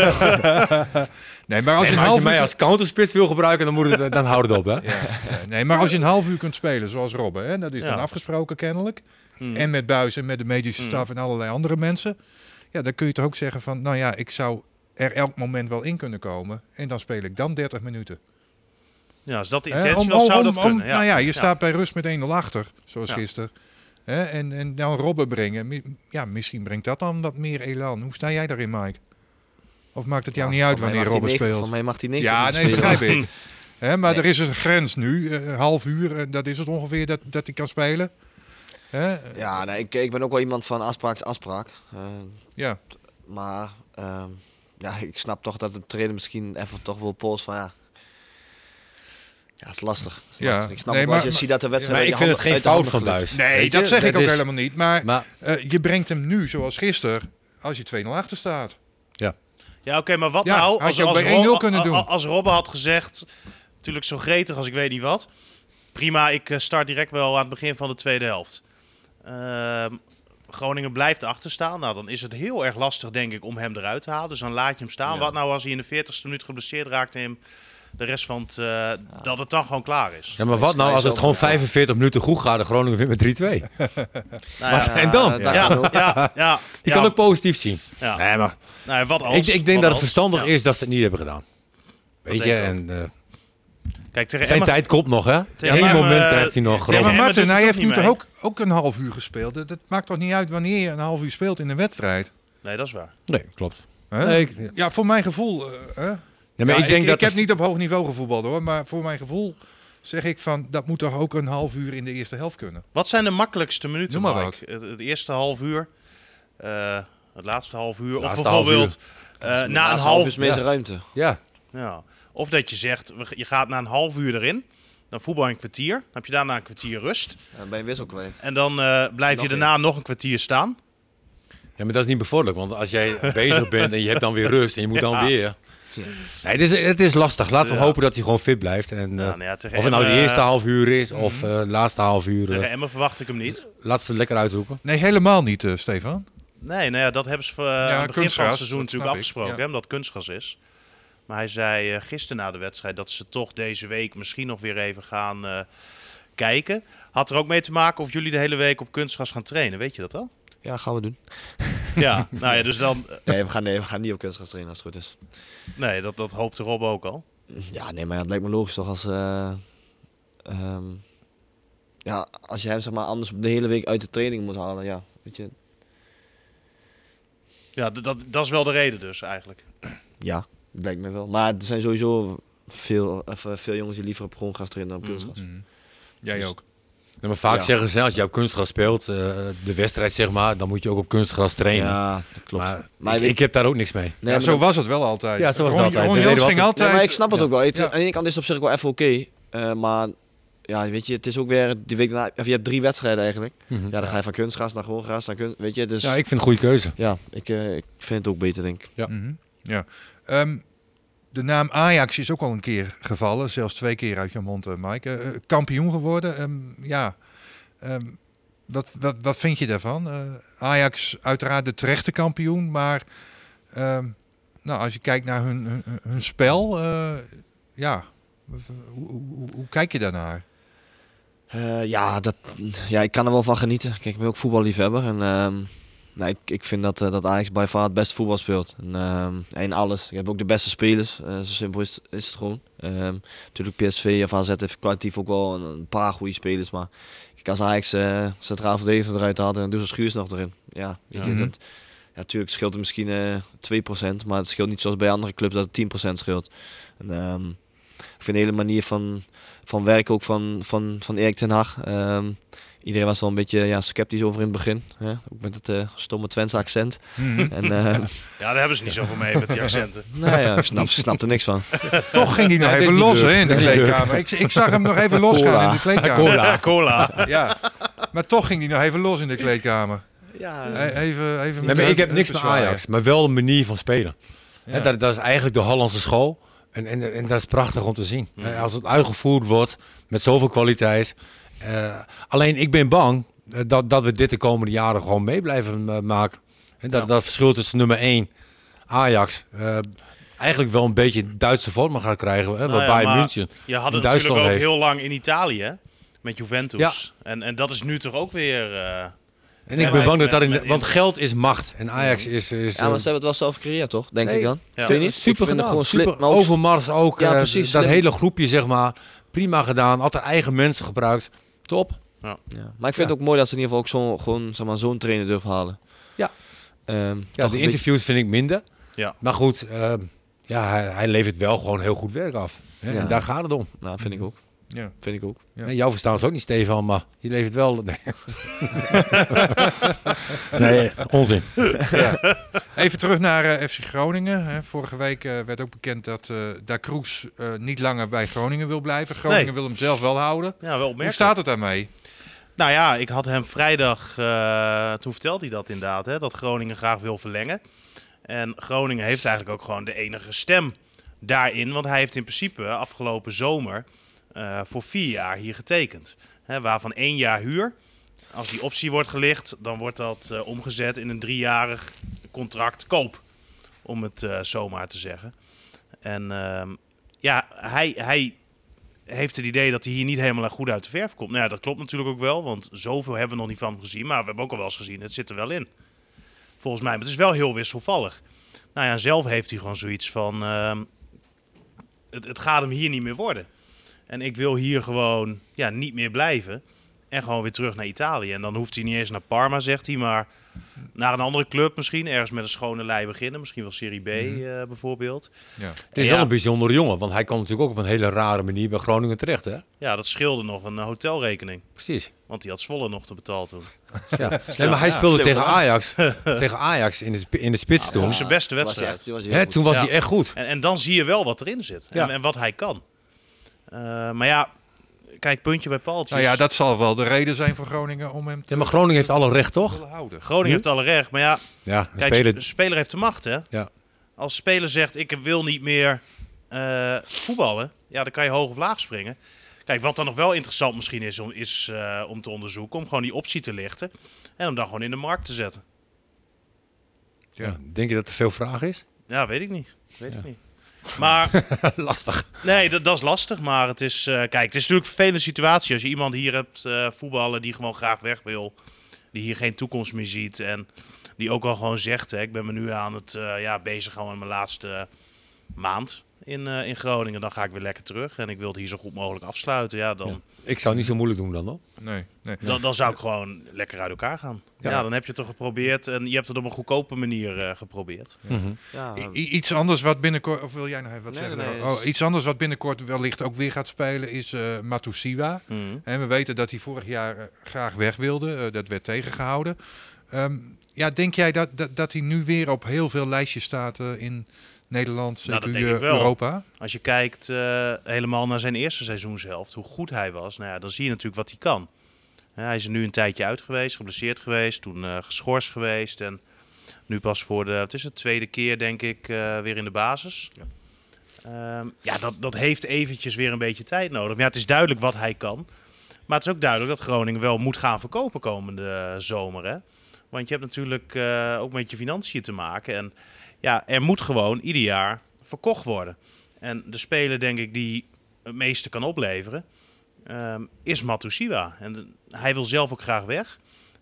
hebt- Nee, maar als Nee, je maar een als half je mij uur... als counterspits wil gebruiken, dan, moet het, dan houdt het op hè. Ja, ja. Nee, maar als je een half uur kunt spelen, zoals Robben, hè, dat is Ja. dan afgesproken kennelijk. Hmm. En met Buijs en met de medische Mm. staf en allerlei andere mensen. Ja, dan kun je toch ook zeggen van, nou ja, ik zou er elk moment wel in kunnen komen. En dan speel ik dan dertig minuten. Ja, als dat de Hè, intentie om- was, om- zou om- dat om- kunnen. Ja. Nou ja, je Ja. staat bij rust met één nul achter, zoals Ja. gisteren. Hè, en, en dan Robben brengen. Mi- Ja, misschien brengt dat dan wat meer elan. Hoe sta jij daarin, Mike? Of maakt het jou niet uit wanneer Robben speelt? Van mij mag hij niks. Ja, nee, begrijp ik. Hè, maar er is een grens nu, eh, een half uur, eh, dat is het ongeveer dat, dat hij kan spelen. Hè? Ja, nee, ik, ik ben ook wel iemand van afspraak is afspraak. Uh, Ja. maar uh, ja, ik snap toch dat de trainer misschien even toch wil polsen van ja. Ja, het is lastig. Het is Ja. lastig. Ik snap Nee, ook wel als maar- je ziet dat de wedstrijd Maar uit ik je vind het handen- geen uit de fout handen van glipt. Buijs. Nee, Weet dat je, zeg ik ook is- helemaal niet. Maar, Maar eh, je brengt hem nu, zoals gisteren, als je twee nul achter staat. Ja, oké, maar wat Ja, nou had als, je ook als, bij één nul Rob- kunnen a- a- doen. als Robben had gezegd, natuurlijk zo gretig als ik weet niet wat. Prima, ik eh, start direct wel aan het begin van de tweede helft. Ehm, Groningen blijft achterstaan. Nou, dan is het heel erg lastig, denk ik, om hem eruit te halen. Dus dan laat je hem staan. Ja. Wat nou als hij in de veertigste minuut geblesseerd raakt en hem de rest van het... eh, dat het dan gewoon klaar is. ja, maar wat nou als het gewoon vijfenveertig minuten goed gaat en Groningen wint met drie twee? Nou Ja, en dan? dat Ja, kan ook. ja, ja. Je ja, kan ook positief zien. ja. Nee, maar Nou, ja, wat als, ik, ik denk wat dat het als? verstandig Ja. is dat ze het niet hebben gedaan. Weet denk je, ik ook. en uh, Kijk, tegen zijn Emma, tijd komt nog, hè? tegen Eén Emma, moment eh, krijgt hij nog tegen Ja, maar Groningen. Emma Martin, doet het hij ook heeft niet nu toch mee. ook, ook een half uur gespeeld. Het, het maakt toch niet uit wanneer je een half uur speelt in een wedstrijd? Nee, dat is waar. Nee, klopt. Hè? Nee, ik, Ja, voor mijn gevoel. eh, hè? nee, maar Ja, ik denk dat ik heb het- niet op hoog niveau gevoetbald hoor, maar voor mijn gevoel zeg ik van dat moet toch ook een half uur in de eerste helft kunnen. Wat zijn de makkelijkste minuten, Noem maar Mike? Het, het eerste half uur, eh, het laatste half uur, Laatste of bijvoorbeeld eh, Dus na een laatste half is meeste ruimte. Ja, ja. Of dat je zegt, we- je gaat na een half uur erin, dan voetbal je een kwartier, dan heb je daarna een kwartier rust. Dan ben je wissel kwijt. En dan eh, blijf je Nog daarna nog een kwartier staan. ja, maar dat is niet bevorderlijk. Want als jij bezig bent en je hebt dan weer rust en je moet dan Ja. weer... Nee, het is, het is lastig. Laten we Ja. hopen dat hij gewoon fit blijft. En, Ja, eh, nou ja, tegen of het nou de Emmen, eerste half uur is of Mhm. eh de laatste half uur. Tegen eh, Emmen verwacht ik hem niet. laat ze het lekker uitzoeken. Nee, helemaal niet, eh, Stefan. Nee, nou ja, dat hebben ze uh, aan het begin van kunstgras, het seizoen dat natuurlijk snap ik, afgesproken, ja. hè, omdat het kunstgras is. Maar hij zei uh, gisteren na de wedstrijd dat ze toch deze week misschien nog weer even gaan uh, kijken. Had er ook mee te maken of jullie de hele week op kunstgras gaan trainen, weet je dat al? Ja, gaan we doen. Ja, nou ja, dus dan... uh, Nee, we gaan, nee, we gaan niet op kunstgras trainen als het goed is. nee, dat, dat hoopte Rob ook al. Ja, nee, maar het lijkt me logisch toch als... eh, ehm, ja, als je hem zeg maar anders de hele week uit de training moet halen, ja, weet je. Ja, d- dat, dat is wel de reden dus eigenlijk. Ja, dat lijkt me wel. Maar er zijn sowieso veel, even, veel jongens die liever op grondgras trainen dan op kunstgras. Mhm. Jij Dus- ook. Ja, maar vaak Ja. zeggen ze, als je op kunstgras speelt, eh, de wedstrijd zeg maar, dan moet je ook op kunstgras trainen. Ja, dat klopt. Maar, Maar ik, weet- ik heb daar ook niks mee. Nee, Ja, maar zo dat- was het wel altijd. Ja, zo was het Ron- altijd. Ron We Jans deden ging altijd- altijd... Nee, maar ik snap het Ja. ook wel. Het, Ja. Aan de ene kant is het op zich wel even oké. eh, maar ja, weet je, het is ook weer die week daarna. Of je hebt drie wedstrijden eigenlijk. Mhm. Ja, dan ga je van kunstgras naar gewoon gras naar kunst. Weet je, dus Ja, ja, ik vind het een goede keuze. ik, eh, ik vind het ook beter, denk ik. Ja. Mhm. Ja. Ehm, de naam Ajax is ook al een keer gevallen, zelfs twee keer uit je mond, eh, Mike. Eh, kampioen geworden. Ehm, ja. Ehm, wat, wat, wat vind je daarvan? Eh, Ajax uiteraard de terechte kampioen, maar ehm, nou, als je kijkt naar hun, hun, hun spel, uh, ja, hoe, hoe, hoe kijk je daarnaar? Uh, ja, dat, ja, ik kan er wel van genieten. Kijk, ik ben ook voetballiefhebber. En, uh, nee, ik, ik vind dat, uh, dat Ajax bij far het beste voetbal speelt. En, uh, en alles. Je hebt ook de beste spelers. Uh, zo simpel is, is het gewoon. Uh, natuurlijk P S V of A Z heeft kwalitatief ook wel een, een paar goede spelers. Maar kijk, als Ajax uh, centraal verdediger eruit had en dan doet ze Schuurs nog erin. Ja, weet je, ja. dat, ja, natuurlijk scheelt het misschien uh, twee procent. Maar het scheelt niet zoals bij andere clubs dat het tien procent scheelt. En, uh, ik vind de hele manier van... van werk ook van, van, van Erik ten Hag. Um, iedereen was wel een beetje ja, sceptisch over in het begin. Hè? Ook met het uh, stomme Twentse accent. Mm-hmm. En, uh, ja, daar hebben ze niet zoveel mee met die accenten. Nou ja, ik snap, snap er niks van. Toch ging hij nog Ja, even los hè, in de kleedkamer. Ik, ik zag hem nog even losgaan in de kleedkamer. Cola. Cola. Ja, maar toch ging hij nog even los in de kleedkamer. Ja, E- even, even Nee, maar ik heb niks met Ajax, maar wel een manier van spelen. Ja. Hè, dat, dat is eigenlijk de Hollandse school. En, en, en dat is prachtig om te zien. Mm. Als het uitgevoerd wordt met zoveel kwaliteit. Uh, alleen ik ben bang uh, dat, dat we dit de komende jaren gewoon mee blijven uh, maken. En dat, Ja. dat verschil tussen nummer één, Ajax, uh, eigenlijk wel een beetje Duitse vormen gaat krijgen. Hè, Nou wat ja, Bayern maar München Je had in het Duitsland natuurlijk ook heeft. heel lang in Italië, hè, met Juventus. Ja. En, en dat is nu toch ook weer... Uh, En ik Ja, ben maar bang dat dat in, met- want met- geld is macht. En Ajax is... is ja, maar ze hebben het wel zelf gecreëerd, toch? Denk Nee. ik dan. Ja. Vind je niet? Super Ik vind het gedaan. gewoon slim. Super maar ook- Overmars ook. Ja, eh, precies, dat slim. hele groepje, zeg maar. Prima gedaan. Altijd eigen mensen gebruikt. Top. Ja. Maar ik vind het ook mooi dat ze in ieder geval ook zo'n gewoon, zeg maar, zo'n trainer durven halen. Ja. Um, Ja, toch de een beetje- interviews vind ik minder. Ja. Maar goed, uh, ja, hij, hij levert wel gewoon heel goed werk af. Hè? Ja. En daar gaat het om. Nou, vind ik ook. Ja. Vind ik ook. Ja. En jouw verstaan is ook niet Stefan, maar je levert wel... Nee, nee onzin. Ja. Even terug naar uh, F C Groningen. Hè. Vorige week uh, werd ook bekend dat uh, Da Cruz uh, niet langer bij Groningen wil blijven. Groningen Nee. wil hem zelf wel houden. Ja, wel opmerkelijk. Hoe staat het daarmee? Nou ja, ik had hem vrijdag, uh, toen vertelde hij dat inderdaad, hè, dat Groningen graag wil verlengen. En Groningen heeft eigenlijk ook gewoon de enige stem daarin. Want hij heeft in principe afgelopen zomer uh, voor vier jaar hier getekend. Hè, waarvan één jaar huur. Als die optie wordt gelicht, dan wordt dat uh, omgezet in een driejarig contract koop. Om het uh, zomaar te zeggen. En uh, ja, hij... hij heeft het idee dat hij hier niet helemaal goed uit de verf komt. Nou ja, dat klopt natuurlijk ook wel, want zoveel hebben we nog niet van hem gezien. Maar we hebben ook al wel eens gezien, het zit er wel in. Volgens mij, maar het is wel heel wisselvallig. Nou ja, zelf heeft hij gewoon zoiets van... Uh, het, het gaat hem hier niet meer worden. En ik wil hier gewoon ja, niet meer blijven. En gewoon weer terug naar Italië. En dan hoeft hij niet eens naar Parma, zegt hij, maar naar een andere club misschien. Ergens met een schone lei beginnen. Misschien wel Serie B Mm-hmm. uh, bijvoorbeeld. Ja. Het is Ja. wel een bijzondere jongen, want hij kwam natuurlijk ook op een hele rare manier bij Groningen terecht, hè? Ja, dat scheelde nog een uh, hotelrekening. Precies. Want die had Zwolle nog te betalen toen. Ja. Nee, maar hij Ja, speelde slim tegen gedaan. Ajax, tegen Ajax in de, sp- in de spits toen. Vond ik zijn beste Toen was hij wedstrijd. echt- toen was hij heel Hè, goed. toen was Ja. hij echt goed. En, en dan zie je wel wat erin zit. En, Ja. en wat hij kan. Uh, maar ja, kijk, puntje bij paaltjes. Nou ja, dat zal wel de reden zijn voor Groningen om hem te Ja, maar Groningen heeft alle recht, toch? willen houden. Groningen heeft alle recht. Maar ja, Ja, een kijk, speler. de speler heeft de macht, hè? Ja. Als de speler zegt, ik wil niet meer uh, voetballen. Ja, dan kan je hoog of laag springen. Kijk, wat dan nog wel interessant misschien is, om, is uh, om te onderzoeken. Om gewoon die optie te lichten. En hem dan gewoon in de markt te zetten. Ja. Denk je dat er veel vraag is? Ja, weet ik niet. Weet Ja. ik niet. Maar Lastig. nee, dat, dat is lastig. Maar het is, uh, kijk, het is natuurlijk een vervelende situatie. Als je iemand hier hebt uh, voetballen die gewoon graag weg wil. Die hier geen toekomst meer ziet. En die ook al gewoon zegt, hè, ik ben me nu aan het uh, ja, bezig gewoon met mijn laatste maand in, uh, in Groningen. Dan ga ik weer lekker terug. En ik wil het hier zo goed mogelijk afsluiten. Ja, dan, Ja. Ik zou niet zo moeilijk doen dan, hoor. Nee, nee. dan, dan zou ik gewoon lekker uit elkaar gaan. Ja. Ja. dan heb je het toch geprobeerd. En je hebt het op een goedkope manier uh, geprobeerd. Mhm. Ja, I- i- iets anders wat binnenkort, of wil jij nog even wat Nee, zeggen? nee, nee, oh, is- iets anders wat binnenkort wellicht ook weer gaat spelen is uh, Matusiwa. Mm. En we weten dat hij vorig jaar uh, graag weg wilde. Uh, dat werd tegengehouden. Um, ja, denk jij dat, dat, dat hij nu weer op heel veel lijstjes staat uh, in Nederland, Nou, dat C Q, denk ik wel. Europa? Als je kijkt uh, helemaal naar zijn eerste seizoenshelft, hoe goed hij was, nou ja, dan zie je natuurlijk wat hij kan. Ja, hij is er nu een tijdje uit geweest, geblesseerd geweest, toen uh, geschorst geweest. En nu pas voor de, het is de tweede keer denk ik, uh, weer in de basis. Ja, um, ja dat, dat heeft eventjes weer een beetje tijd nodig. Maar ja, het is duidelijk wat hij kan. Maar het is ook duidelijk dat Groningen wel moet gaan verkopen komende zomer. Hè? Want je hebt natuurlijk uh, ook met je financiën te maken. En ja, er moet gewoon ieder jaar verkocht worden. En de speler, denk ik, die het meeste kan opleveren, um, is Matusiwa. En de, hij wil zelf ook graag weg.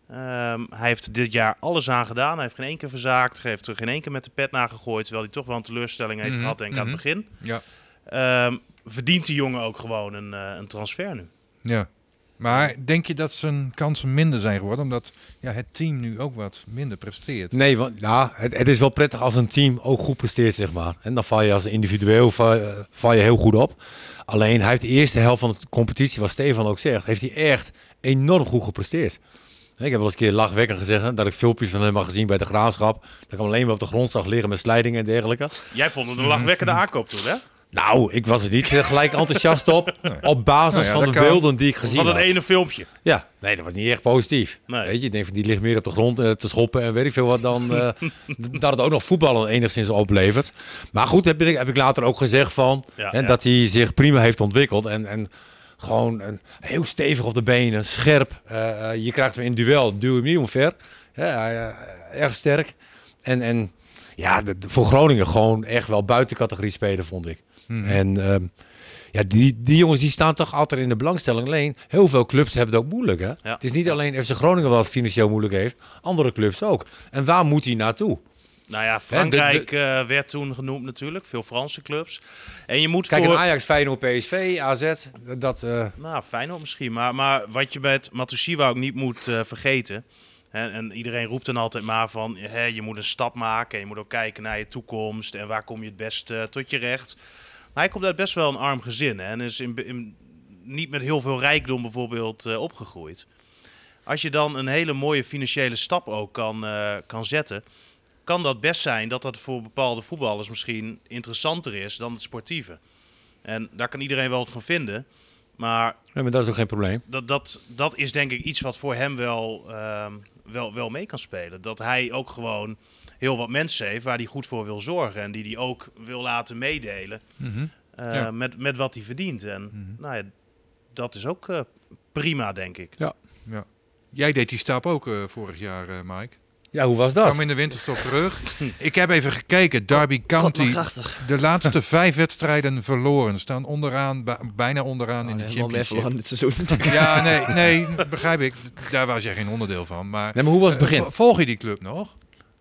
Um, hij heeft dit jaar alles aan gedaan. Hij heeft geen één keer verzaakt. Hij heeft er geen één keer met de pet nagegooid. Terwijl hij toch wel een teleurstelling heeft Mm-hmm, gehad, denk ik, mm-hmm. aan het begin. Ja. Um, verdient die jongen ook gewoon een, uh, een transfer nu. Ja. Maar denk je dat zijn kansen minder zijn geworden? Omdat ja, het team nu ook wat minder presteert. Nee, want ja, het, het is wel prettig als een team ook goed presteert, zeg maar. En dan val je als individueel val, uh, val je heel goed op. Alleen hij heeft de eerste helft van de competitie, wat Stefan ook zegt, heeft hij echt enorm goed gepresteerd. Ik heb wel eens een keer lachwekkend gezegd dat ik filmpjes van hem had gezien bij de Graafschap. Dat ik hem alleen maar op de grond zag liggen met slijdingen en dergelijke. Jij vond het een lachwekkende aankoop toen, hè? Nou, ik was er niet gelijk enthousiast op. Op basis Nou ja, van de dat kan. beelden die ik gezien Van had. het ene filmpje. Ja, nee, dat was niet echt positief. Nee. Weet je, ik denk van die ligt meer op de grond uh, te schoppen en weet ik veel wat dan. Uh, dat het ook nog voetballen enigszins oplevert. Maar goed, heb ik, heb ik later ook gezegd van. Ja, hè, ja. Dat hij zich prima heeft ontwikkeld. En, en gewoon een, heel stevig op de benen, scherp. Uh, uh, je krijgt hem in duel, duw hem niet omver. Ja, uh, erg sterk. En, en ja, de, de, voor Groningen gewoon echt wel buiten categorie spelen, vond ik. Mm-hmm. En um, ja, die, die jongens die staan toch altijd in de belangstelling. Alleen, heel veel clubs hebben het ook moeilijk. Hè? Ja. Het is niet alleen F C Groningen wat het financieel moeilijk heeft. Andere clubs ook. En waar moet hij naartoe? Nou ja, Frankrijk de, de... Uh, werd toen genoemd natuurlijk. Veel Franse clubs. En je moet Kijk, voor... een Ajax, Feyenoord, P S V, A Z. Dat, uh... Nou, Feyenoord misschien. Maar, maar wat je met Matusiwa ook niet moet uh, vergeten... En, en iedereen roept dan altijd maar van... Hè, je moet een stap maken. En je moet ook kijken naar je toekomst. En waar kom je het best uh, tot je recht. Maar hij komt uit best wel een arm gezin. Hè, en is in, in, niet met heel veel rijkdom bijvoorbeeld uh, opgegroeid. Als je dan een hele mooie financiële stap ook kan, uh, kan zetten... kan dat best zijn dat dat voor bepaalde voetballers misschien interessanter is dan het sportieve. En daar kan iedereen wel wat van vinden. Maar, ja, maar dat is ook geen probleem. Dat, dat, dat is denk ik iets wat voor hem wel, uh, wel, wel mee kan spelen. Dat hij ook gewoon heel wat mensen heeft waar hij goed voor wil zorgen. En die hij ook wil laten meedelen Mm-hmm. uh, Ja. met, met wat hij verdient. En Mm-hmm. nou ja, dat is ook uh, prima, denk ik. Ja. Ja. Jij deed die stap ook uh, vorig jaar, uh, Mike. Ja, hoe was Kwam dat? in de winterstop terug. Ik heb even gekeken. Derby County, krachtig. de laatste vijf wedstrijden verloren. Staan onderaan, ba- bijna onderaan in de Helemaal meer championship. verloren dit seizoen. Ja, nee, nee, begrijp ik. Daar was jij geen onderdeel van. Maar, Nee, maar hoe was het begin? uh, volg je die club nog?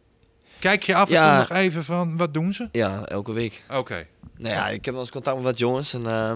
Kijk je af en Ja. toe nog even van, wat doen ze? Ja, elke week. Oké. Nou ja, ik heb wel eens contact met wat jongens. En, uh,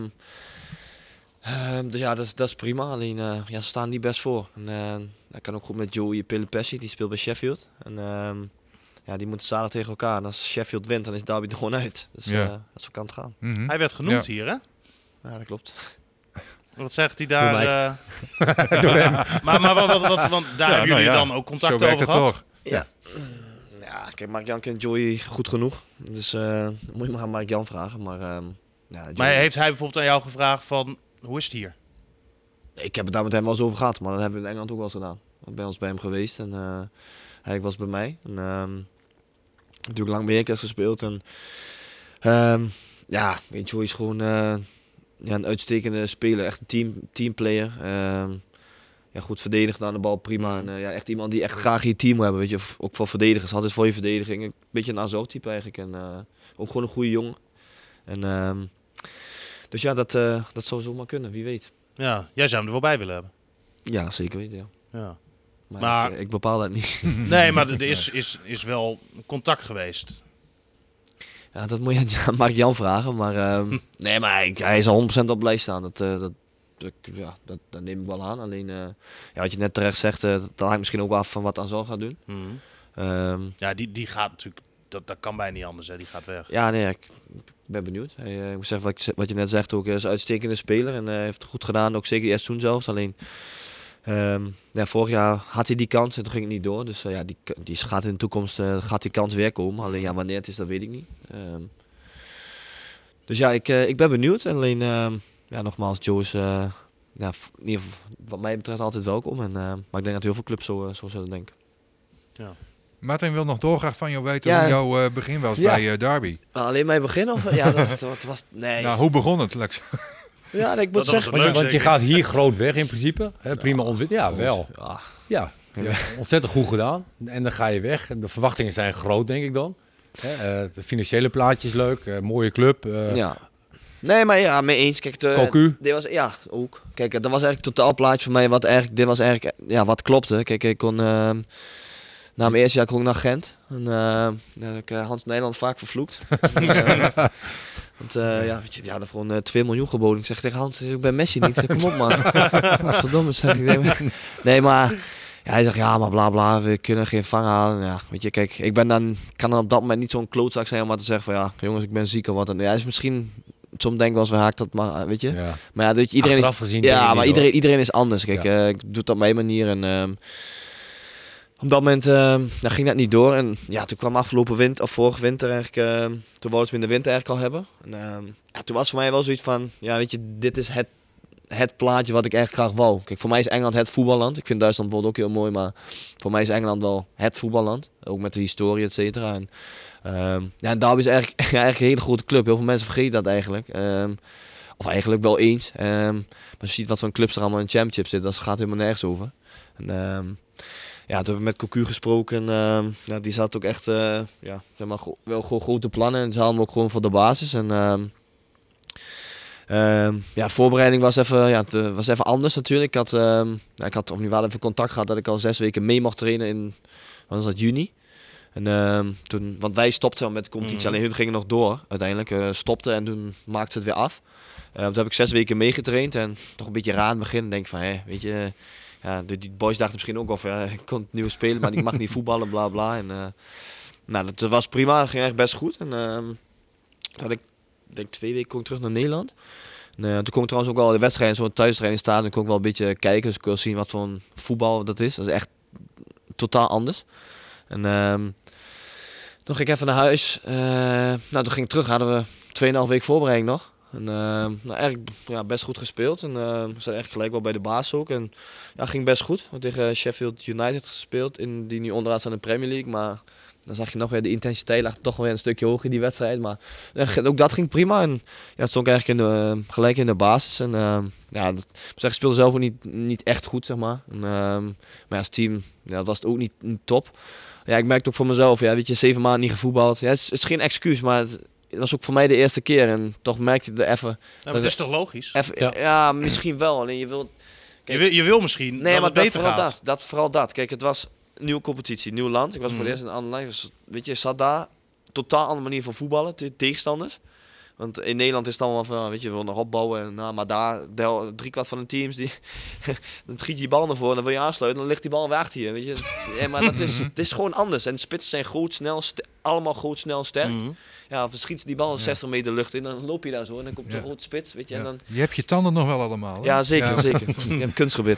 uh, dus ja, dat is, dat is prima. Alleen, uh, ja, ze staan niet best voor. En, uh, ik kan ook goed met Joey Pilipessi, die speelt bij Sheffield. En uh, ja, die moeten zaterdag tegen elkaar. En als Sheffield wint, dan is Derby er gewoon uit. Dus Ja. uh, dat zo kan het gaan. Mhm. Hij werd genoemd Ja. hier, hè? Ja, dat klopt. Wat zegt hij Door daar? mij. Uh... Door hem. maar maar wat, wat, wat, want daar Ja, hebben nou jullie ja, dan ook Zo contact werkt over het gehad? toch? Ja. Ja, kijk, Mark-Jan kent Joey goed genoeg. Dus uh, dan moet je maar aan Mark-Jan vragen. Maar, um, ja, Joey... Maar heeft hij bijvoorbeeld aan jou gevraagd van, hoe is het hier? Ik heb het daar met hem wel eens over gehad, maar dat hebben we in Engeland ook wel eens gedaan. Ik ben bij ons bij hem geweest en uh, hij was bij mij. En, um, natuurlijk lang bij Heracles gespeeld. En, um, ja, weet je, Joey is gewoon uh, ja, een uitstekende speler, echt een team, teamplayer. Um, ja, goed verdedigd aan de bal, prima. En, uh, ja, echt iemand die echt graag in je team wil hebben, weet je. Of, ook voor verdedigers, altijd voor je verdediging. Een beetje een Azor-type eigenlijk. En uh, ook gewoon een goede jongen. En, um, dus ja, dat, uh, dat zou zomaar kunnen, wie weet. Ja, jij zou hem er wel bij willen hebben. Ja, zeker weten, ja. Ja. Maar, Maar- ik, ik bepaal dat niet. Nee, maar er is, is, is wel contact geweest. Ja, dat moet je aan Mark-Jan vragen. Maar uh, nee, maar hij, hij is al honderd procent op de lijst staan. Dat, uh, dat, dat, ja, dat, dat neem ik wel aan. Alleen, uh, ja, wat je net terecht zegt, uh, dat hangt misschien ook wel af van wat Anzal gaat doen. Mm. Um, Ja, die, die gaat natuurlijk, dat, dat kan bijna niet anders, hè. Die gaat weg. ja, nee, ik, ik ben benieuwd. Hij, uh, ik moet zeggen, wat je, wat je net zegt ook, hij is een uitstekende speler. En hij uh, heeft het goed gedaan, ook zeker eerst toen zelfs. Alleen, um, ja, vorig jaar had hij die kans en toen ging het niet door. Dus uh, ja, die, die gaat in de toekomst uh, gaat die kans weer komen. Alleen ja, wanneer het is, dat weet ik niet. Um, dus ja, ik, uh, ik ben benieuwd. En alleen, um, ja, nogmaals, Joe is uh, ja, in ieder geval, wat mij betreft altijd welkom. En, uh, maar ik denk dat heel veel clubs zo, uh, zo zullen denken. Martin wil nog dolgraag van jou weten Ja. hoe jouw uh, begin was Ja. bij uh, Derby. Maar alleen mijn begin? Of, ja, dat, dat was... Nee. Nou, hoe begon het, Lex? ja, nee, ik moet Dat was zeggen... het Want je, leuk, want je zeker. gaat hier groot weg in principe. Hè, prima ontwikkeld. Ja, wel. Ja. Ja, ja, ontzettend goed gedaan. En dan ga je weg. En de verwachtingen zijn groot, denk ik dan. Hè, uh, de financiële plaatjes leuk, uh, mooie club. Uh, ja. Nee, maar ja, mee eens. Kijk, de, Cocu. Dit was, ja, ook. Kijk, dat was eigenlijk een totaal plaatje voor mij. Wat eigenlijk, dit was eigenlijk, ja, wat klopte. Kijk, ik kon, uh, na mijn eerste jaar kon ik naar Gent. En, uh, ja, ik uh, Hans Nederland vaak vervloekt. uh, want, uh, ja, weet je, ja, dat gewoon uh, twee miljoen geboden. Ik zeg tegen Hans, ik ben Messi niet. Ik zeg, kom op, man. Wat verdomme, zeg ik. Nee, maar... Ja, hij zegt, ja, maar bla bla, we kunnen geen vang halen. Ja, weet je, kijk, ik ben dan, kan dan op dat moment niet zo'n klootzak zijn om maar te zeggen van, ja, jongens, ik ben ziek of wat dan. Ja, is misschien, soms denk ik wel eens, we haakt dat maar, weet je. Ja. Maar ja, weet je, iedereen, achteraf gezien. ja, maar niet, iedereen, iedereen is anders. Kijk, ja. uh, ik doe het op mijn manier en uh, op dat moment uh, nou, ging dat niet door. En ja, toen kwam afgelopen winter, of vorige winter eigenlijk, uh, toen wouden ze me in de winter eigenlijk al hebben. En, uh, ja, toen was voor mij wel zoiets van, ja, weet je, dit is het het plaatje wat ik echt graag wou. Kijk, voor mij is Engeland het voetballand. Ik vind Duitsland bijvoorbeeld ook heel mooi, maar voor mij is Engeland wel het voetballand. Ook met de historie, et cetera. En, um, ja, en daar is eigenlijk, eigenlijk een hele grote club. Heel veel mensen vergeten dat eigenlijk. Um, of eigenlijk wel eens. Um, maar je ziet wat voor clubs er allemaal in de championship zitten. Dat gaat helemaal nergens over. En, um, ja, toen hebben we met Cocu gesproken. En, um, ja, die zat ook echt uh, ja, zeg maar, go- wel gewoon grote plannen. En ze hadden hem ook gewoon voor de basis. En... Um, Um, ja, voorbereiding was even, ja, het was even anders natuurlijk. Ik had, um, ja, ik had of nu wel even contact gehad dat ik al zes weken mee mocht trainen in, wat was dat, juni. En, um, toen, want wij stopten met de competitie, mm-hmm. alleen hun gingen nog door uiteindelijk. Uh, stopten en toen maakten ze het weer af. Uh, toen heb ik zes weken meegetraind en toch een beetje raar aan het begin. Denk van, hé, weet je, ja, die, die boys dachten misschien ook of ja, ik kon nieuw spelen, maar ik mag niet voetballen, bla bla. En, uh, nou, dat was prima, dat ging echt best goed. En um, toen had ik, denk twee weken kon ik terug naar Nederland. En, uh, toen kon ik trouwens ook wel de wedstrijd in zo'n thuistraining staan. En kon ik wel een beetje kijken, dus ik kon zien wat voor voetbal dat is. Dat is echt totaal anders. En um, toen ging ik even naar huis. Uh, nou, toen ging ik terug, hadden we tweeënhalf week voorbereiding nog. En uh, nou, eigenlijk ja, best goed gespeeld. En uh, we zijn echt gelijk wel bij de baas ook. En ja, ging best goed. We hebben tegen Sheffield United gespeeld, in, die nu onderaan staan in de Premier League. Maar dan zag je nog weer, de intensiteit lag toch weer een stukje hoger in die wedstrijd. Maar uh, ook dat ging prima. En ja, het stond eigenlijk in de, uh, gelijk in de basis. En uh, ja, dat, ik speelde zelf ook niet, niet echt goed, zeg maar. En, uh, maar als team ja, was het ook niet, niet top. Ja, ik merkte ook voor mezelf, ja, weet je, zeven maanden niet gevoetbald. Ja, het, is, het is geen excuus, maar het, het was ook voor mij de eerste keer. En toch merkte je er even... Nou, dat, dat is toch logisch? Even, ja. ja, misschien wel. Alleen je wil... Kijk, je, wil, je wil misschien nee, dat maar het beter dat, vooral gaat. dat, dat, vooral dat. Kijk, het was een nieuwe competitie, nieuw land. Ik was Mm. voor het eerst in een ander land. Dus, weet je, je zat daar. Totaal andere manier van voetballen, te, tegenstanders. Want in Nederland is het allemaal van, weet je, we willen nog opbouwen. En, nou, maar daar, de, driekwart van de teams, die, dan schiet je die bal naar voren, dan wil je aansluiten, dan ligt die bal weer achter je. Weet je. Ja, maar dat is, het is gewoon anders. En de spitsen zijn groot, snel, st- allemaal groot, snel, sterk. Mm. Ja, of schiet die bal zestig meter lucht in, dan loop je daar zo en dan komt zo'n Ja. grote spits, weet je. Ja. En dan, Je hebt je tanden nog wel allemaal. Hè? ja, zeker, Ja. zeker. Ik heb kunstgebied.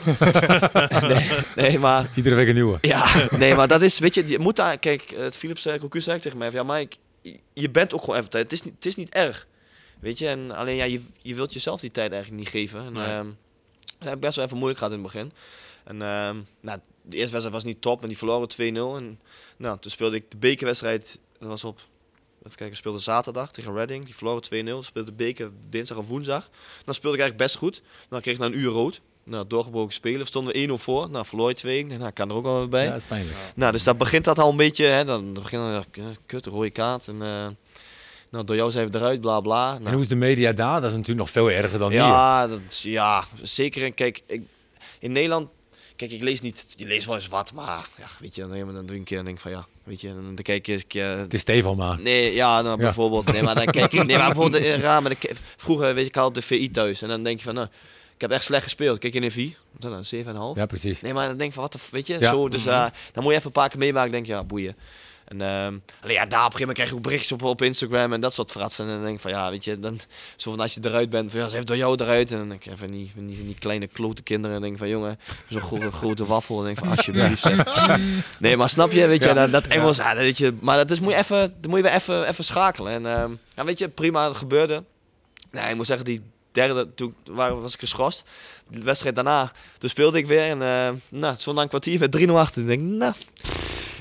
nee, nee, maar... Iedere week een nieuwe. Ja, nee, maar dat is, weet je, je moet daar, kijk, het Philips uh, Cocu zei tegen mij, van, ja, Mike, je bent ook gewoon even tijd. Het is niet, het is niet erg, weet je. En alleen, ja, je, je wilt jezelf die tijd eigenlijk niet geven. En, Nee. um, dat heb ik best wel even moeilijk gehad in het begin. En, um, nou, de eerste wedstrijd was niet top en die verloren twee nul. En, nou, toen speelde ik de bekerwedstrijd, dat was op, even kijken, we speelden zaterdag tegen Reading. Die verloren twee nul. Speelde de beker dinsdag of woensdag. Dan speelde ik eigenlijk best goed. Dan kreeg ik na een uur rood. Nou, doorgebroken spelen. Stonden we één nul voor. Nou, verloor je twee. Nou, ik kan er ook al weer bij. Ja, dat is pijnlijk. Nou, dus dat begint dat al een beetje. Hè, dan begint dan, uh, kut, een rode kaart. En, uh, nou, door jou zijn we eruit, bla bla. Nou, En hoe is de media daar? Dat is natuurlijk nog veel erger dan hier. ja, dat, is- ja, zeker. En kijk, ik, in Nederland... Kijk, ik lees niet... Je leest wel eens wat, maar... Ja, weet je, dan, dan doe je een keer en denk van ja... Weet je, dan, dan kijk je eens een keer... Het is Stefan maar. Nee, ja, nou, Ja. bijvoorbeeld. Nee, maar dan kijk je... Nee, maar bijvoorbeeld eh, raar met de, vroeger, weet je, ik had de V I thuis. En dan denk je van, nou... Ik heb echt slecht gespeeld. Kijk je in een V I. Wat is dat nou, zeven komma vijf? Ja, precies. Nee, maar dan denk ik van, wat de... f- Weet je, Ja. zo. Dus uh, dan moet je even een paar keer meemaken. Denk je, ja, boeien. En um, alleen ja, daar op een gegeven moment krijg je ook berichtjes op, op Instagram en dat soort fratsen. En dan denk ik van, ja, weet je, dan... Zo van, als je eruit bent, van, ja, ze heeft door jou eruit. En dan denk ik even die, die, die kleine klote kinderen. En denk ik van, jongen, zo'n gro- grote waffel. En denk ik van, alsjeblieft. zeg. Nee, maar snap je, weet je, Ja. dat, dat Engels, ja, dat weet je. Maar dat is, moet je even, dan moet je weer even, even schakelen. En um, ja, weet je, prima, dat gebeurde. Nee, ik moet zeggen, die derde, toen waren, was ik geschorst. De wedstrijd daarna, toen speelde ik weer. En uh, nou, stond na een kwartier met drie nul achter. En denk ik, nou...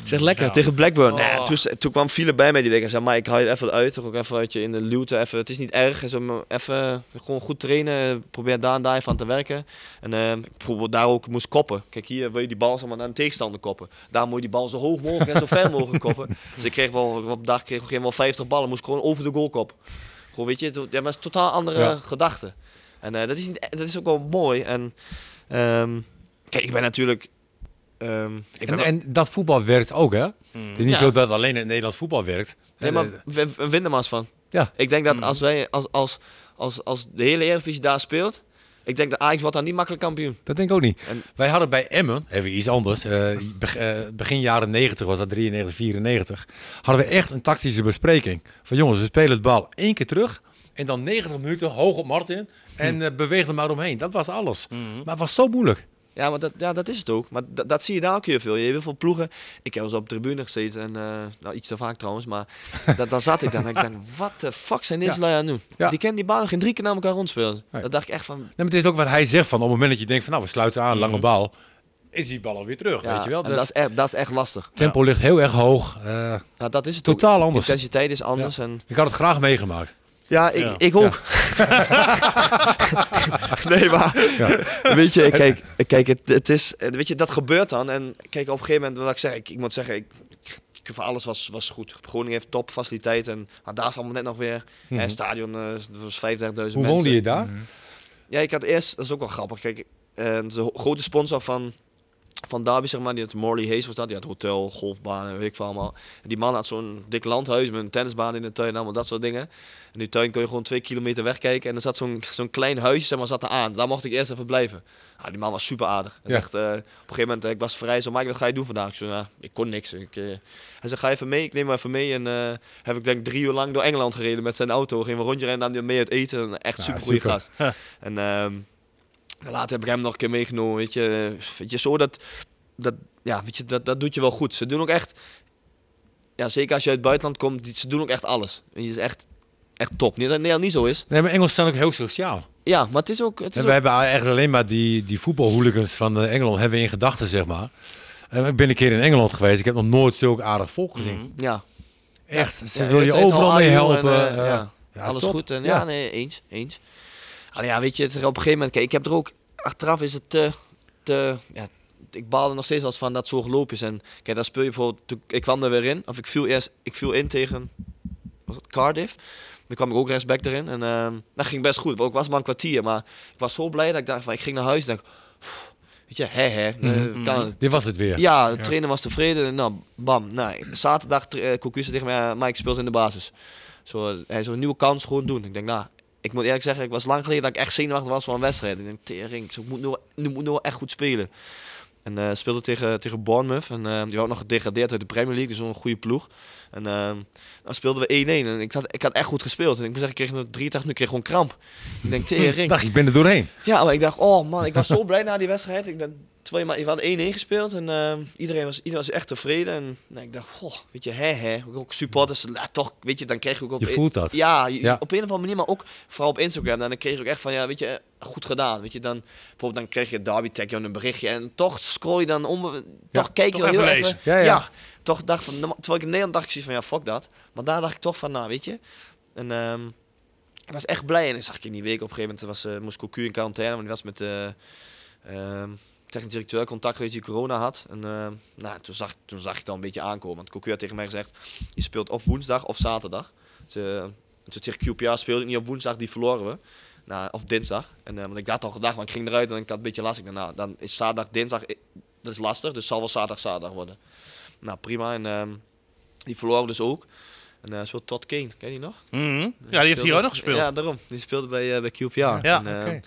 Ik zeg lekker, Ja. tegen Blackburn. Oh. Nee, toen, toen kwam Philip bij mij die week en zei, maar ik haal je even uit. Toch ook even uit je in de luwte. Even, het is niet erg. En zo, even gewoon goed trainen. Probeer daar en daar even aan te werken. En uh, bijvoorbeeld daar ook moest koppen. Kijk, hier wil je die bal zeg maar, naar een tegenstander koppen. Daar moet je die bal zo hoog mogelijk en zo ver mogelijk koppen. Dus ik kreeg wel, op dag kreeg ik wel vijftig ballen. Moest ik gewoon over de goal koppen. Gewoon, weet je, het, ja, maar het is totaal andere Ja. gedachten. En uh, dat, is niet, dat is ook wel mooi. En um, kijk, ik ben natuurlijk... Um, ik ben En, en dat voetbal werkt ook, hè? Mm. Het is niet Ja. zo dat alleen in Nederland voetbal werkt. Nee, maar we, we winnen maar eens van. Ja. Ik denk dat Mm. als wij, als, als, als, als de hele Eredivisie daar speelt, ik denk dat Ajax wordt dan niet makkelijk kampioen. Dat denk ik ook niet. En- Wij hadden bij Emmen, even iets anders, uh, beg, uh, begin jaren negentig was dat, drieënnegentig, vierennegentig, hadden we echt een tactische bespreking. Van jongens, we spelen het bal één keer terug en dan negentig minuten hoog op Martin en uh, beweeg er maar omheen. Dat was alles. Mm. Maar het was zo moeilijk. Ja, maar dat, ja, dat is het ook. Maar dat, dat zie je daar ook heel veel. Je hebt heel veel ploegen. Ik heb wel eens op de tribune gezeten. En, uh, nou, iets te vaak trouwens. Maar dat, daar zat ik dan. En ik dacht, wat de fuck zijn deze Ja. lui aan het doen? Ja. Die kennen die bal geen drie keer naar elkaar rondspelen. Nee. Dat dacht ik echt van... Nee, maar het is ook wat hij zegt van op het moment dat je denkt van nou we sluiten aan, lange bal, is die bal alweer terug, Ja, weet je wel. en Dus dat, is echt, dat is echt lastig. tempo ligt heel erg hoog. Uh, Nou, dat is het Totaal ook. anders. De intensiteit is anders. En, ik had het graag meegemaakt. ja, ik, Ja. ik ook. nee, maar... Ja. Weet je, kijk, kijk het, het is... Weet je, dat gebeurt dan. En kijk, op een gegeven moment, wat ik zeg, ik, ik moet zeggen... Ik, ik, voor alles was, was goed. Groningen heeft topfaciliteiten. En maar daar is allemaal net nog weer... Mhm. Het stadion uh, was vijfendertigduizend Hoe mensen. woonde je daar? Ja, ik had eerst... Dat is ook wel grappig. Kijk, uh, de grote sponsor van... Van Derby, zeg maar, die had Morley Hayes was dat. Die had hotel, golfbaan en weet ik veel allemaal. En die man had zo'n dik landhuis met een tennisbaan in de tuin en allemaal dat soort dingen. En die tuin kon je gewoon twee kilometer wegkijken. En er zat zo'n zo'n klein huisje, zeg maar, zat er aan. Daar mocht ik eerst even blijven. Nou, die man was super aardig. Hij Ja. zegt, uh, op een gegeven moment, uh, ik was vrij, zo, Mike, wat ga je doen vandaag? Ik zei, nou, ik kon niks. Ik, uh, hij zegt, ga even mee? Ik neem maar even mee. En uh, heb ik denk drie uur lang door Engeland gereden met zijn auto. Gingen we een rondje rijden, nam hij mee uit eten. Een echt Ja, super goede super. gast. En um, later heb ik hem nog een keer meegenomen, weet je. Weet je, zo dat... Dat, ja, weet je, dat, dat doet je wel goed. Ze doen ook echt, ja, zeker als je uit het buitenland komt, die, ze doen ook echt alles. En je is echt, echt top. Niet dat Nederland niet zo is. Nee, maar Engels staan ook heel sociaal. Ja, maar het is ook... Het is En ook we hebben eigenlijk alleen maar die, die voetbalhooligans van uh, Engeland hebben we in gedachten, zeg maar. Uh, ik ben een keer in Engeland geweest. Ik heb nog nooit zulk aardig volk gezien. Mm. ja. Echt, ze Ja, wil je het- het overal al mee aanhuwen helpen. en, uh, uh, ja. ja, Alles top. goed. En, ja. Ja. nee, eens. eens. Allee, ja, weet je, het, op een gegeven moment... Kijk, ik heb er ook... Achteraf is het te... te ja, ik baalde nog steeds als van dat zo gelopen is. En kijk, dan speel je bijvoorbeeld... Toen, ik kwam er weer in. Of ik viel eerst... Ik viel in tegen... Was het Cardiff? Dan kwam ik ook rechtsback erin. En uh, dat ging best goed. Ook was het maar een kwartier. Maar ik was zo blij dat ik dacht van... Ik ging naar huis en dacht... pff, weet je, hè hè. Uh, Mhm. kan, Dit was het weer. ja, de trainer was tevreden. Nou, bam. Nou, zaterdag uh, Kokusa tegen mij, Mike speelt in de basis. Zo, hij zou een nieuwe kans gewoon doen. Ik denk, nou, ik moet eerlijk zeggen, ik was lang geleden dat ik echt zenuwachtig was voor een wedstrijd. Ik denk, tering, ik moet nu, nu moet nu wel echt goed spelen. En uh, speelde tegen, tegen Bournemouth. En uh, die was ook nog gedegradeerd uit de Premier League, dus een goede ploeg. En uh, dan speelden we één-één. En ik had, ik had echt goed gespeeld. En ik moet zeggen, ik kreeg na drieëntachtig minuten kreeg gewoon kramp. Ik denk, tering. Dacht, ik ben er doorheen. Ja, maar ik dacht, oh man, ik was zo blij na die wedstrijd. Ik dacht, terwijl je maar, we hadden één-één gespeeld en uh, iedereen, was, iedereen was echt tevreden. En nou, ik dacht, goh, weet je, hè, hè. Ook supporters, ja, toch, weet je, dan kreeg je ook op... Je voelt dat. Ja, je- Ja. op een of andere manier, maar ook vooral op Instagram. Dan kreeg ik ook echt van, ja, weet je, goed gedaan. Weet je, dan, bijvoorbeeld dan kreeg je Derby tag je een berichtje en toch scroll je dan om, toch kijk je toch wel heel even even. lezen. Ja, ja. toch dacht van, terwijl ik in Nederland dacht ik zoiets van, ja, fuck dat. Maar daar dacht ik toch van, nou, weet je. En um, ik was echt blij. En dan zag ik in die week op een gegeven moment, was, uh, moest Cocu in quarantaine, want die was met de uh, uh, technisch directeur contact geweest die corona had. En uh, nou, toen zag, toen zag ik het al een beetje aankomen. Want Cocu had tegen mij gezegd, je speelt of woensdag of zaterdag. Dus, uh, toen tegen Q P R speelde ik niet op woensdag, die verloren we. Nou, of dinsdag. En, uh, want ik had al gedacht, maar ik ging eruit en ik had een beetje lastig. Ik dacht, nou, dan is zaterdag, dinsdag, dat is lastig. Dus zal wel zaterdag, zaterdag worden. Nou, prima. En uh, die verloren dus ook. En uh, speelt Todd Kane, ken je die nog? Mm-hmm. Ja, die heeft hier ook nog gespeeld. Ja, daarom. Die speelde bij, uh, bij Q P R. Ja, en, uh, Oké.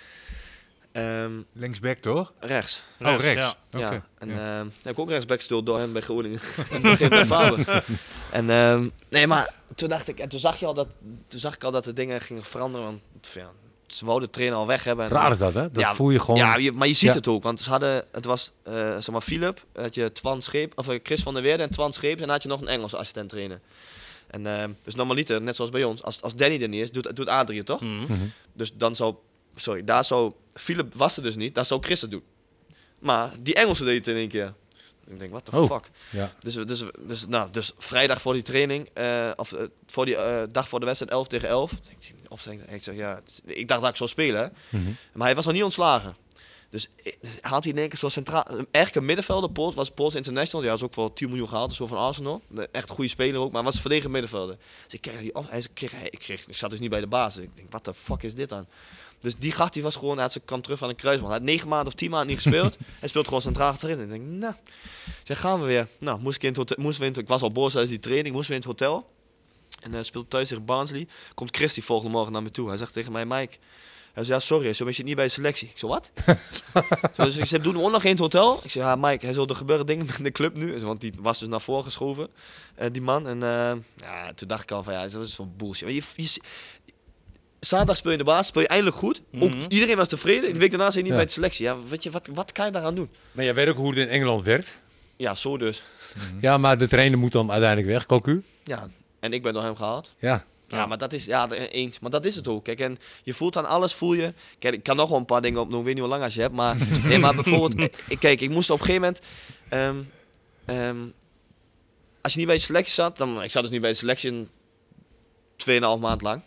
um, Linksback toch? rechts. Oh, rechts. Ja. Oké. Ja, en Ja. ja. Uh, heb ik ook rechtsback gestuurd door hem bij Groningen. en begin bij Faber. En um, nee, maar toen dacht ik, en toen zag je al dat, toen zag ik al dat de dingen gingen veranderen, want ja, ze wouden de trainer al weg hebben. En, Raar is dat, hè? Dat ja, voel je gewoon. Ja, je, maar je ziet Ja. het ook, want ze hadden, het was, uh, zeg maar, Philip, had je Twan Scheep, of uh, Chris van der Weerde en Twan Scheep, en dan had je nog een Engelse assistent trainer. En uh, dus normaliter, net zoals bij ons, als, als Danny er niet is, doet, doet Adrie het toch? Mm-hmm. Mhm. Dus dan zou, sorry, daar zou, Philip was er dus niet, daar zou Chris het doen. Maar die Engelse deed het in één keer. Ik denk, what the Oh. fuck? Ja. Dus, dus, dus, nou, dus vrijdag voor die training, uh, of uh, voor die uh, dag voor de wedstrijd elf tegen elf. Ik, opstelling, ik zeg, ja, ik dacht dat ik zou spelen, hè? Mm-hmm. Maar hij was nog niet ontslagen. Dus had hij in één keer zo'n centraal, echt een middenvelder, Pols, was Pols International, die had ook voor tien miljoen gehaald, zo van Arsenal. Echt een goede speler ook, maar was een verdedigend middenvelder. Dus ik kreeg die op, hij kreeg, ik, kreeg, ik zat dus niet bij de basis. Ik denk, wat de fuck is dit dan? Dus die gast die was gewoon, hij had ze kwam terug van een kruisband. Hij had negen maanden of tien maanden niet gespeeld. Hij speelt gewoon centraal achterin. Ik denk, nou, zeg, gaan we weer. Nou, moest ik in het hotel, moesten we in het, ik was al boos tijdens die training, moesten we in het hotel. En hij uh, speelde thuis tegen Barnsley. Komt Chris die volgende morgen naar me toe. Hij zegt tegen mij, Mike, hij zei, ja, sorry, zo ben je niet bij de selectie. Ik zei, wat? Dus ik zei, doen we ook nog in het hotel? Ik zei, ja, Mike, hij zal er gebeuren dingen met de club nu. Want die was dus naar voren geschoven, uh, die man. En uh, ja, toen dacht ik al van, ja, dat is van bullshit. Je, je, zaterdag speel je in de basis, speel je eindelijk goed. Ook, mm-hmm. Iedereen was tevreden. De week daarna zijn je niet ja. bij de selectie. Ja, weet je, wat, wat kan je daaraan doen? Maar jij weet ook hoe het in Engeland werkt. Ja, zo dus. Mm-hmm. Ja, maar de trainer moet dan uiteindelijk weg, Cocu. Ja, en ik ben door hem gehaald. Ja. Ja, maar dat is, ja, eens. Maar dat is het ook. Kijk, en je voelt aan alles, voel je. Kijk, ik kan nog wel een paar dingen opnoemen, ik weet niet hoe lang als je hebt. Maar, nee, maar bijvoorbeeld, ik, kijk, ik moest op een gegeven moment... Um, um, als je niet bij de selectie zat, dan... Ik zat dus niet bij de selectie tweeënhalf maand lang.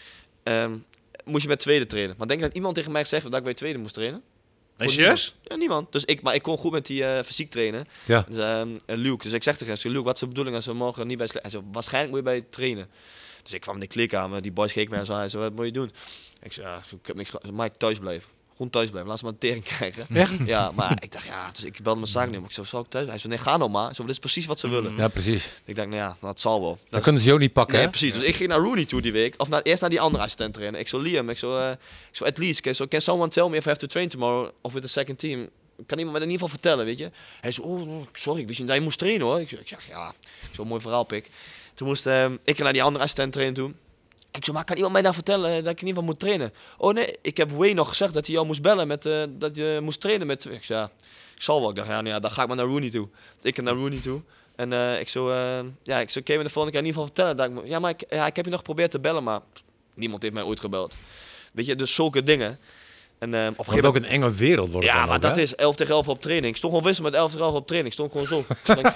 Um, moest je met tweede trainen. Maar denk je dat iemand tegen mij zegt dat ik bij tweede moest trainen? Nee, serieus? Ja, niemand. Dus ik, maar ik kon goed met die uh, fysiek trainen. Ja. Dus, um, Luke. Dus ik zeg tegen hem, Luke, wat is de bedoeling als we morgen niet bij de selectie... Hij zei, waarschijnlijk moet je bij trainen. Dus ik kwam in de kleedkamer, die boys keken mij en zei, zo, wat moet je doen? Ik zei, ja, ik heb niks gedaan. Mike, thuis blijven. Gewoon thuis blijven, laat ze maar een tering krijgen. Echt? Ja, maar ik dacht, ja, dus ik belde mijn zaak nemen. Ik zei, zal ik thuis? Hij zei, nee, ga nou maar. Zo, dit is precies wat ze willen. Ja, precies. Ik dacht, nou ja, dat zal wel. Dan kunnen ze je ook niet pakken, nee, hè? precies. Dus ik ging naar Rooney toe die week. Of naar, eerst naar die andere assistent trainen. Ik zei, Liam, ik zei, uh, ik zei, at least, can, so, can someone tell me if I have to train tomorrow of with the second team? Kan iemand me in ieder geval vertellen, weet je? Hij zei, oh, sorry, ik wist niet dat je moest trainen, hoor. Ik zeg, ja, zo'n mooi verhaal, pik. Toen moest uh, ik naar die andere assistent trainen toe. Ik zei, maar kan iemand mij dan vertellen dat ik in ieder geval moet trainen? Oh nee, ik heb Wayne nog gezegd dat hij jou moest bellen, met, uh, dat je moest trainen met... Ik zei, ja, ik zal wel. Ik dacht, ja, nou ja, dan ga ik maar naar Rooney toe. Dus ik ga naar Rooney toe. En uh, ik zo, uh, ja, ik zo, kan je me de volgende keer in ieder geval vertellen dat ik... Ja, maar ik, ja, ik heb je nog geprobeerd te bellen, maar niemand heeft mij ooit gebeld. Weet je, dus zulke dingen. En, uh, op een gegeven ook een enge wereld wordt ja, het dan maar ook, dat hè? is elf tegen elf op training. Ik stond gewoon wisselen met elf tegen elf op training. Ik stond gewoon zo.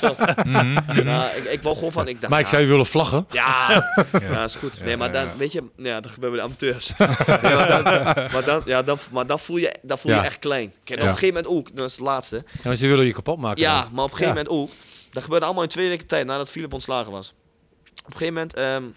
ja, ik, ik wou gewoon van... Ik dacht, maar ik ja, zou je willen vlaggen? Ja, ja, ja, is goed. Nee, maar dan, weet je... Ja, dat gebeurt bij de amateurs. nee, maar, dan, maar, dan, ja, dan, maar dan voel je, dan voel je ja. echt klein. Kijk, ja. op een gegeven moment ook, dat is het laatste. Ja, maar ze willen je kapot maken. Ja, dan. maar op een gegeven ja. moment ook. Dat gebeurde allemaal in twee weken tijd nadat Philip ontslagen was. Op een gegeven moment... Um,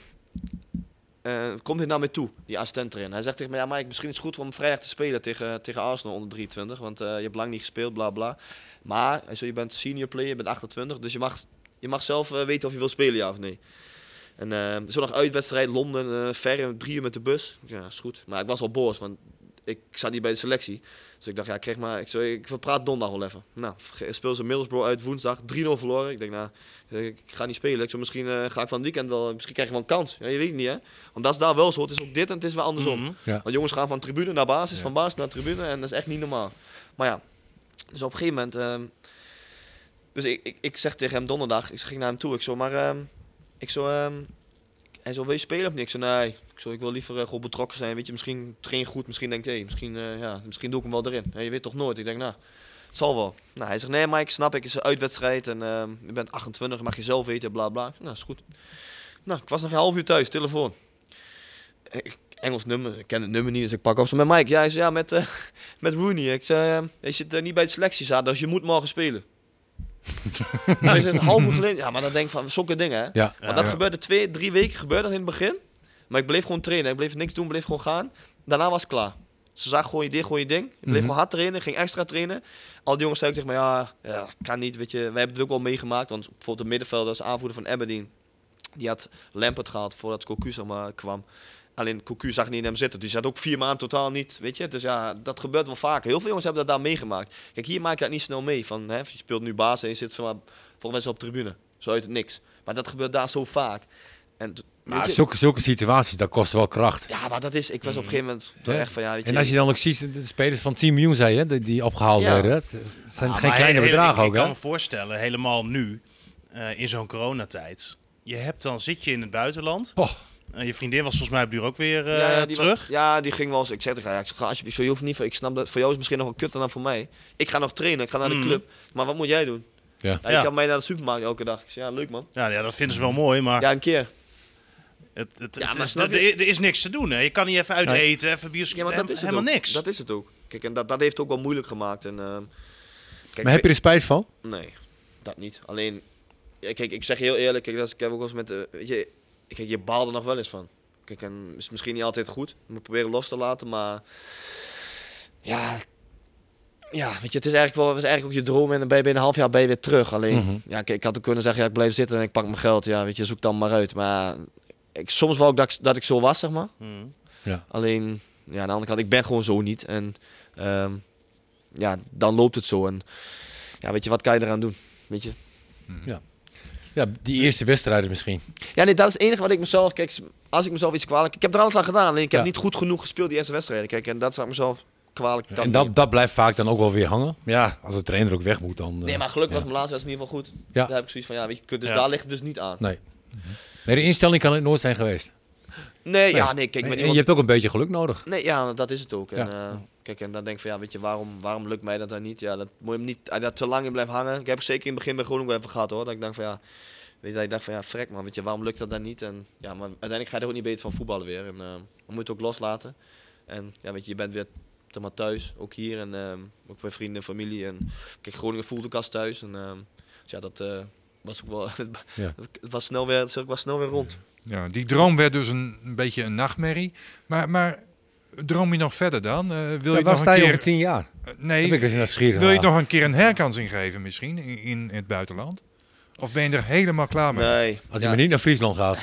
Uh, komt hij naar mij toe, die assistent erin. Hij zegt tegen mij, ja Mike, misschien is het goed om vrijdag te spelen tegen, tegen Arsenal onder drieëntwintig, want uh, je hebt lang niet gespeeld, bla bla. Maar hij zei, je bent senior player, je bent achtentwintig, dus je mag, je mag zelf uh, weten of je wil spelen, ja of nee. En uh, er is nog uitwedstrijd, Londen, uh, ver, drie uur met de bus. Ja, is goed. Maar ik was al boos, want ik zat niet bij de selectie. Dus ik dacht, ja, krijg maar, ik, zei, ik verpraat donderdag wel even. Nou, speel ze Middlesbrough uit woensdag, drie nul verloren. Ik denk, nou, ik ga niet spelen. Ik zou misschien uh, ga ik van het weekend wel, misschien krijg je wel een kans. Ja, je weet het niet, hè. Want dat is daar wel zo. Het is ook dit en het is wel andersom. Mm-hmm. Ja. Want jongens gaan van tribune naar basis, ja. van basis naar tribune en dat is echt niet normaal. Maar ja, dus op een gegeven moment... Um, dus ik, ik, ik zeg tegen hem donderdag, ik ging naar hem toe, ik zo, maar... Um, ik zo... Um, hij zo, wil je spelen of niet? Ik zei, nee, ik, zo, ik wil liever uh, gewoon betrokken zijn. Weet je, misschien train je goed, misschien denk je, hey, misschien, uh, ja, misschien doe ik hem wel erin. Ja, je weet toch nooit? Ik denk, nou, het zal wel. Nou, hij zegt, nee Mike, snap ik, het is een uitwedstrijd en uh, je bent achtentwintig, mag je zelf weten, bla bla. Nou, is goed. Nou, ik was nog een half uur thuis, telefoon. Ik, Engels nummer, ik ken het nummer niet, dus ik pak op. Zo met Mike, ja, hij zei, ja, met, uh, met Rooney. Ik zei, uh, je zit uh, niet bij de selectie zaten, dus je moet morgen spelen. Hij zegt, een half uur geleden, ja, maar dan denk ik van, zulke dingen, hè. Ja. Want Ja, dat ja. gebeurde twee, drie weken, gebeurde dat in het begin. Maar ik bleef gewoon trainen, ik bleef niks doen, bleef gewoon gaan. Daarna was het klaar. Ze zagen gewoon je ding, gewoon je ding. Ik bleef Mm-hmm. gewoon hard trainen, ging extra trainen. Al die jongens zeiden tegen mij, ja, ja, kan niet, weet je. Wij hebben het ook wel meegemaakt, want bijvoorbeeld de middenvelder, als aanvoerder van Aberdeen. Die had Lampert gehad voordat Cocu zeg maar kwam. Alleen Cocu zag niet in hem zitten, dus hij had ook vier maanden totaal niet, weet je. Dus ja, dat gebeurt wel vaker. Heel veel jongens hebben dat daar meegemaakt. Kijk, hier maak je dat niet snel mee. Van, hè, je speelt nu baas en je zit voor mensen op tribune. Zo uit het niks. Maar dat gebeurt daar zo vaak. En, Maar je, zulke, zulke situaties, dat kost wel kracht. ja, maar dat is, ik was op een gegeven moment toch Ja. echt van, ja, weet je. En als je dan ook ziet, de spelers van tien miljoen zei je, die, die opgehaald Ja. werden. Het zijn Ja, geen maar kleine hele- bedragen ik, ook, Ik kan hè? me voorstellen, helemaal nu, uh, in zo'n coronatijd. Je hebt dan, zit je in het buitenland. Oh. Uh, je vriendin was volgens mij op duur ook weer uh, ja, ja, die terug. wa- ja, die ging wel eens. Ik zeg tegen haar, ik zeg, ga alsjeblieft, zo, je hoeft niet, ik snap dat voor jou is het misschien nog wel kutter dan voor mij. Ik ga nog trainen, ik ga naar de Mm. club. Maar wat moet jij doen? Ja. Ja, Ja. je kan mee naar de supermarkt elke dag. Ik zeg, ja, leuk man. Ja, ja, dat vinden ze wel mooi, maar Ja, een keer. het, het, Ja, het maar is, snap er, je? er is niks te doen. Hè. Je kan niet even uit Nee. eten, even bioscoop, Ja, maar dat is het helemaal ook. niks. Dat is het ook. Kijk, en dat, dat heeft het ook wel moeilijk gemaakt. En, ehm, kijk, Maar heb je er spijt van? Nee, dat niet. Alleen, ja, kijk, ik zeg je heel eerlijk, kijk, dat is, ik heb ook wel eens met de, weet je, kijk, je baalt er nog wel eens van. Kijk, en is misschien niet altijd goed. Je moet proberen los te laten, maar ja, ja, weet je, het is eigenlijk wel, het is eigenlijk ook je droom en dan ben je binnen een half jaar ben je weer terug. Alleen, Mhm. ja, kijk, ik had ook kunnen zeggen, ja, ik blijf zitten en ik pak mijn geld. Ja, weet je, zoek dan maar uit. Maar ik, soms wou ik dat, ik dat ik zo was, zeg maar. Hmm. Alleen, ja, aan de andere kant, ik ben gewoon zo niet. En ehm, ja, dan loopt het zo. En ja, weet je, wat kan je eraan doen? Weet je? Ja, die eerste wedstrijden misschien. Ja, nee, dat is het enige wat ik mezelf... Kijk, als ik mezelf iets kwalijk... Ik heb er alles aan gedaan, alleen ik heb Ja. niet goed genoeg gespeeld die eerste wedstrijden. Kijk, en dat zou ik mezelf kwalijk... dan en nemen. dat, dat blijft vaak dan ook wel weer hangen. Maar ja, als de trainer ook weg moet, dan... eh, Nee, maar gelukkig ja. was mijn laatste wedstrijd in ieder geval goed. Ja. Daar heb ik zoiets van, ja, weet je, dus Ja. daar ligt het dus niet aan. Nee. Nee, de instelling kan het nooit zijn geweest. Nee, ja, nee, kijk, en, met en iemand... je hebt ook een beetje geluk nodig. Nee, ja, dat is het ook. En, Ja. eh, kijk, en dan denk ik van, ja, weet je, waarom, waarom lukt mij dat dan niet? Ja, dat moet je hem niet... ah, Dat te lang in blijft hangen. Ik heb het zeker in het begin bij Groningen wel even gehad, hoor. Dat ik dacht van, ja... Weet je, dat ik dacht van, ja, frek man, weet je, waarom lukt dat dan niet? En ja, maar uiteindelijk ga je er ook niet beter van voetballen weer. En uh, dan moet je het ook loslaten. En ja, weet je, je bent weer te maar thuis, ook hier. En uh, ook bij vrienden en familie. En kijk, Groningen voelt ook als thuis. En uh, dus ja, dat uh, was ook wel... Ja. Het was snel weer, het was snel weer rond. Ja, die droom werd dus een, een beetje een nachtmerrie. Maar, maar droom je nog verder dan? Uh, wil Ja, je waar nog sta een je keer... over tien jaar? Uh, Heb ik nee, eens naar Schieren wil je gehaald. nog een keer een herkansing geven misschien in, in het buitenland? Of ben je er helemaal klaar mee? Nee. Als ja, hij maar niet naar Friesland gaat.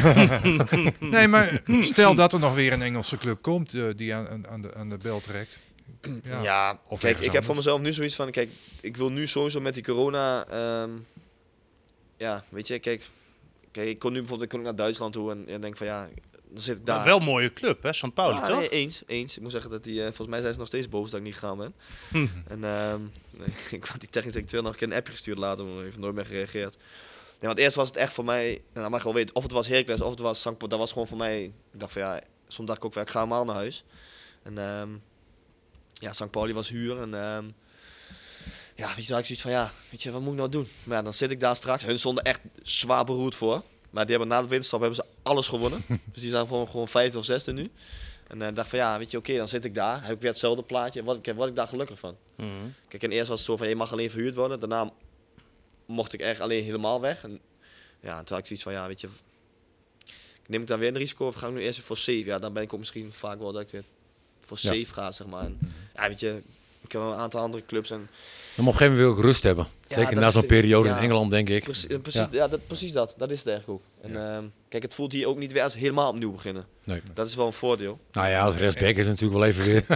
Nee, maar stel dat er nog weer een Engelse club komt uh, die aan, aan, de, aan de bel trekt. Ja, Ja, of kijk, ergens ik heb voor anders. mezelf nu zoiets van, kijk, ik wil nu sowieso met die corona, ehm, ja, weet je, kijk, kijk, ik kon nu bijvoorbeeld, ik kon ook naar Duitsland toe en, en denk van, ja, dan zit ik daar. Maar wel een mooie club, hè, Sankt Pauli, Ja, toch? nee, eens, eens. Ik moet zeggen dat die, uh, volgens mij zijn ze nog steeds boos dat ik niet gegaan ben. Hm. En ehm, nee, ik had die technisch directeur nog een keer een appje gestuurd later, maar hij heeft nooit meer gereageerd. Nee, want eerst was het echt voor mij, nou, mag je wel weten, of het was Heracles of het was Sankt Pauli, dat was gewoon voor mij, ik dacht van ja, soms dacht ik ook van, ik ga helemaal naar huis. En ehm, ja, Sankt Pauli was huur en ehm, ja, weet je, dan had ik zoiets van ja, weet je, wat moet ik nou doen? Maar ja, dan zit ik daar straks, hun stonden echt zwaar beroerd voor, maar die hebben na de winterstop hebben ze alles gewonnen. Dus die zijn gewoon, gewoon vijfde of zesde nu. En ik uh, dacht van ja, weet je, oké, okay, dan zit ik daar, heb ik weer hetzelfde plaatje, wat ik, word ik daar gelukkig van. Mhm. Kijk, en eerst was het zo van je mag alleen verhuurd worden, daarna mocht ik echt alleen helemaal weg. En ja, toen had ik zoiets van ja, weet je, neem ik dan weer een risico of ga ik nu eerst voor safe? Ja, dan ben ik ook misschien vaak wel dat ik weer voor Ja. safe ga, zeg maar. En, ja, weet je, ik heb wel een aantal andere clubs en Dan moet op een gegeven moment wil ik rust hebben. Ja, Zeker dat na zo'n is- periode ja. in Engeland, denk ik. precies, precies, Ja. ja. dat, precies dat, dat is het eigenlijk ook. En ehm, kijk, het voelt hier ook niet weer als helemaal opnieuw beginnen. Nee. Dat is wel een voordeel. Nou ja, als rechtsback is het natuurlijk wel even weer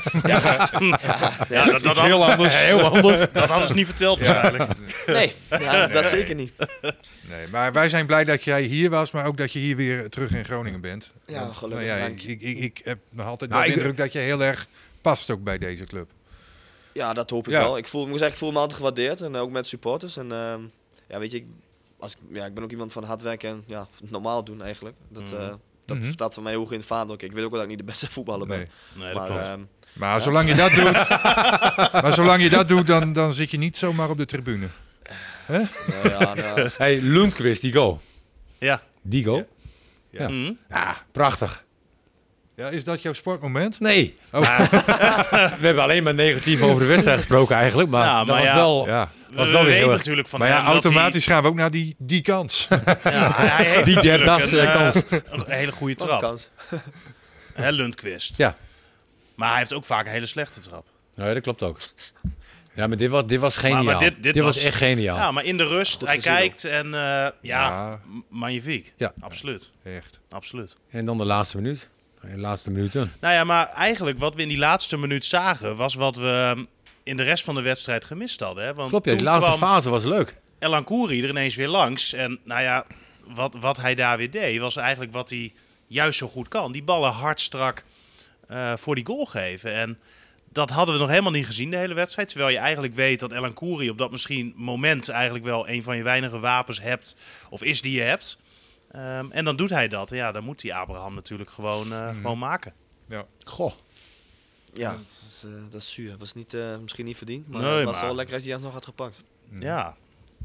Ja, dat, dat, heel anders. Heel anders. dat hadden ze niet verteld waarschijnlijk. Nee, ja, dat zeker niet. Nee, maar wij zijn blij dat jij hier was, maar ook dat je hier weer terug in Groningen bent. Ja, Want, gelukkig, nou ja, dank ik, ik, ik heb nog altijd Nou, wel de ik- indruk dat je heel erg past ook bij deze club. Ja, dat hoop ik Ja. wel. Ik voel, ik moet zeggen, ik voel me altijd gewaardeerd en ook met supporters. En ehm, ja, weet je, ik, als ik, ja, ik ben ook iemand van hard werken en ja, normaal doen eigenlijk. Dat, Mhm. eh, dat Mhm. staat voor mij hoog in het vaandel. Kijk, ik weet ook wel dat ik niet de beste voetballer ben. Nee. Nee, dat Maar klopt. ehm, Maar zolang je dat doet, maar zolang je dat doet, dan, dan zit je niet zomaar op de tribune. nou ja, nou, Hey, Lundqvist, die goal. Ja. Die goal? Ja. Mhm. Ja, prachtig. Ja, is dat jouw sportmoment? Nee. Oh. Maar we hebben alleen maar negatief over de wedstrijd gesproken eigenlijk. Maar, Ja, dat maar was ja. wel... Ja. Was We wel weer weten heel erg- natuurlijk van Maar ja, hem dat automatisch gaan we ook naar die, die kans. hij, ja, hij heeft Die natuurlijk Jerdas, een, eh, eh, kans. een hele goede wat een trap. kans. Hè, Lundqvist. Ja. Maar hij heeft ook vaak een hele slechte trap. Nee, dat klopt ook. Ja, maar dit was, dit was geniaal. maar dit dit- dit was, was- echt geniaal. Ja, maar in de rust, Goed hij gezien kijkt en eh, ja, Ja. m- magnifiek. Ja. Absoluut, Echt. absoluut. En dan de laatste minuut. De laatste minuten. Nou ja, maar eigenlijk wat we in die laatste minuut zagen, was wat we in de rest van de wedstrijd gemist hadden. Hè? Want Klopt, ja, die toen laatste kwam fase was leuk. Elan Kouri er ineens weer langs. En nou ja, wat, wat hij daar weer deed, was eigenlijk wat hij juist zo goed kan. Die ballen hard strak eh, voor die goal geven. En dat hadden we nog helemaal niet gezien de hele wedstrijd. Terwijl je eigenlijk weet dat Elan Kouri op dat misschien moment eigenlijk wel een van je weinige wapens hebt. Of is die je hebt. Ehm, en dan doet hij dat. En ja, dan moet die Abraham natuurlijk gewoon, eh, gewoon maken. Goh. Ja, dat is, eh, dat is zuur. Was niet, eh, misschien niet verdiend, maar Nee, het was maar- wel lekker dat hij het nog had gepakt. Ja.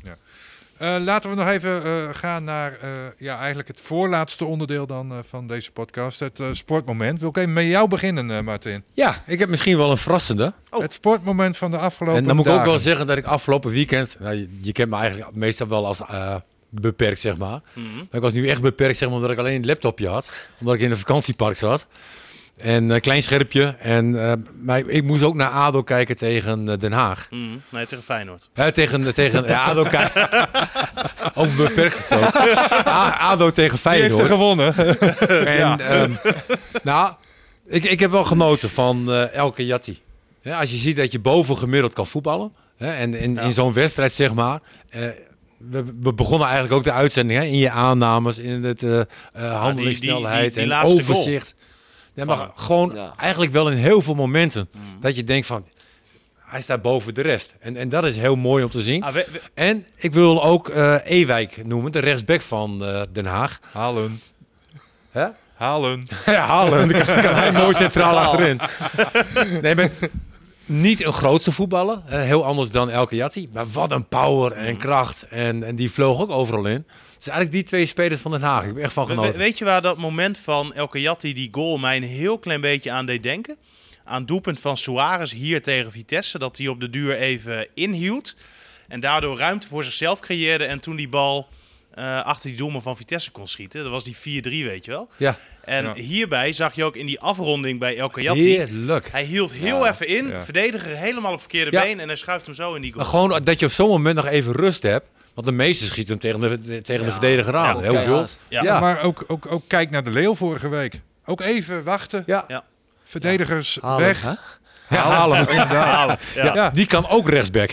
Ja. Uh, laten we nog even uh, gaan naar uh, ja, eigenlijk het voorlaatste onderdeel dan, uh, van deze podcast. Het uh, sportmoment. Wil ik even met jou beginnen, uh, Martin? Ja, ik heb misschien wel een verrassende. Oh. Het sportmoment van de afgelopen En dan moet ik dagen. ook wel zeggen dat ik afgelopen weekend... Nou, je, je kent me eigenlijk meestal wel als uh, beperkt, zeg maar. Mm-hmm. Maar ik was nu echt beperkt, zeg maar, omdat ik alleen een laptopje had. Omdat ik in een vakantiepark zat. En een uh, klein scherpje. En uh, maar ik moest ook naar A D O kijken tegen uh, Den Haag. Mm, nee, tegen Feyenoord. Uh, tegen tegen ja, A D O kijken. Over beperkt gesproken. A D O tegen Feyenoord. Die heeft er gewonnen. En, ja. um, nou, ik, ik heb wel genoten van uh, Elke Jatti. Ja, als je ziet dat je boven gemiddeld kan voetballen. Hè, en in, ja. in zo'n wedstrijd, zeg maar... Uh, We, we begonnen eigenlijk ook de uitzending hè, in je aannames, in het uh, uh, handelingssnelheid ja, en overzicht. Goal. Ja, maar gewoon ja. eigenlijk wel in heel veel momenten mm. dat je denkt van, hij staat boven de rest. En, en dat is heel mooi om te zien. Ah, we, we... En ik wil ook uh, Ewijk noemen, de rechtsback van uh, Den Haag. Halen. Hè? Halen. Ja, Halen. Dan kan, kan hij mooi centraal achterin. Nee, maar niet een grootste voetballer. Uh, heel anders dan Elke Jatti. Maar wat een power en kracht. En, en die vloog ook overal in. Dus eigenlijk die twee spelers van Den Haag. Ik ben echt van genoten. We, weet je waar dat moment van Elke Jatti, die goal, mij een heel klein beetje aan deed denken? Aan het doelpunt van Suarez hier tegen Vitesse. Dat hij op de duur even inhield. En daardoor ruimte voor zichzelf creëerde. En toen die bal uh, achter die doelman van Vitesse kon schieten. Dat was die vier drie, weet je wel. Ja. En ja. hierbij zag je ook in die afronding bij Elke Jatti. Heerlijk. Hij hield heel ja. even in. Ja. Verdediger helemaal op verkeerde ja. been. En hij schuift hem zo in die goal. Maar gewoon dat je op zo'n moment nog even rust hebt. Want de meeste schieten hem tegen de, tegen ja. de verdediger aan. Ja, heel veel. Ja. Ja. Maar ook, ook, ook kijk naar de Leeuw vorige week. Ook even wachten. Ja. Ja. Verdedigers ja. weg. Halen, Ja, halen. halen. Ja. Ja. Die kan ook rechtsback.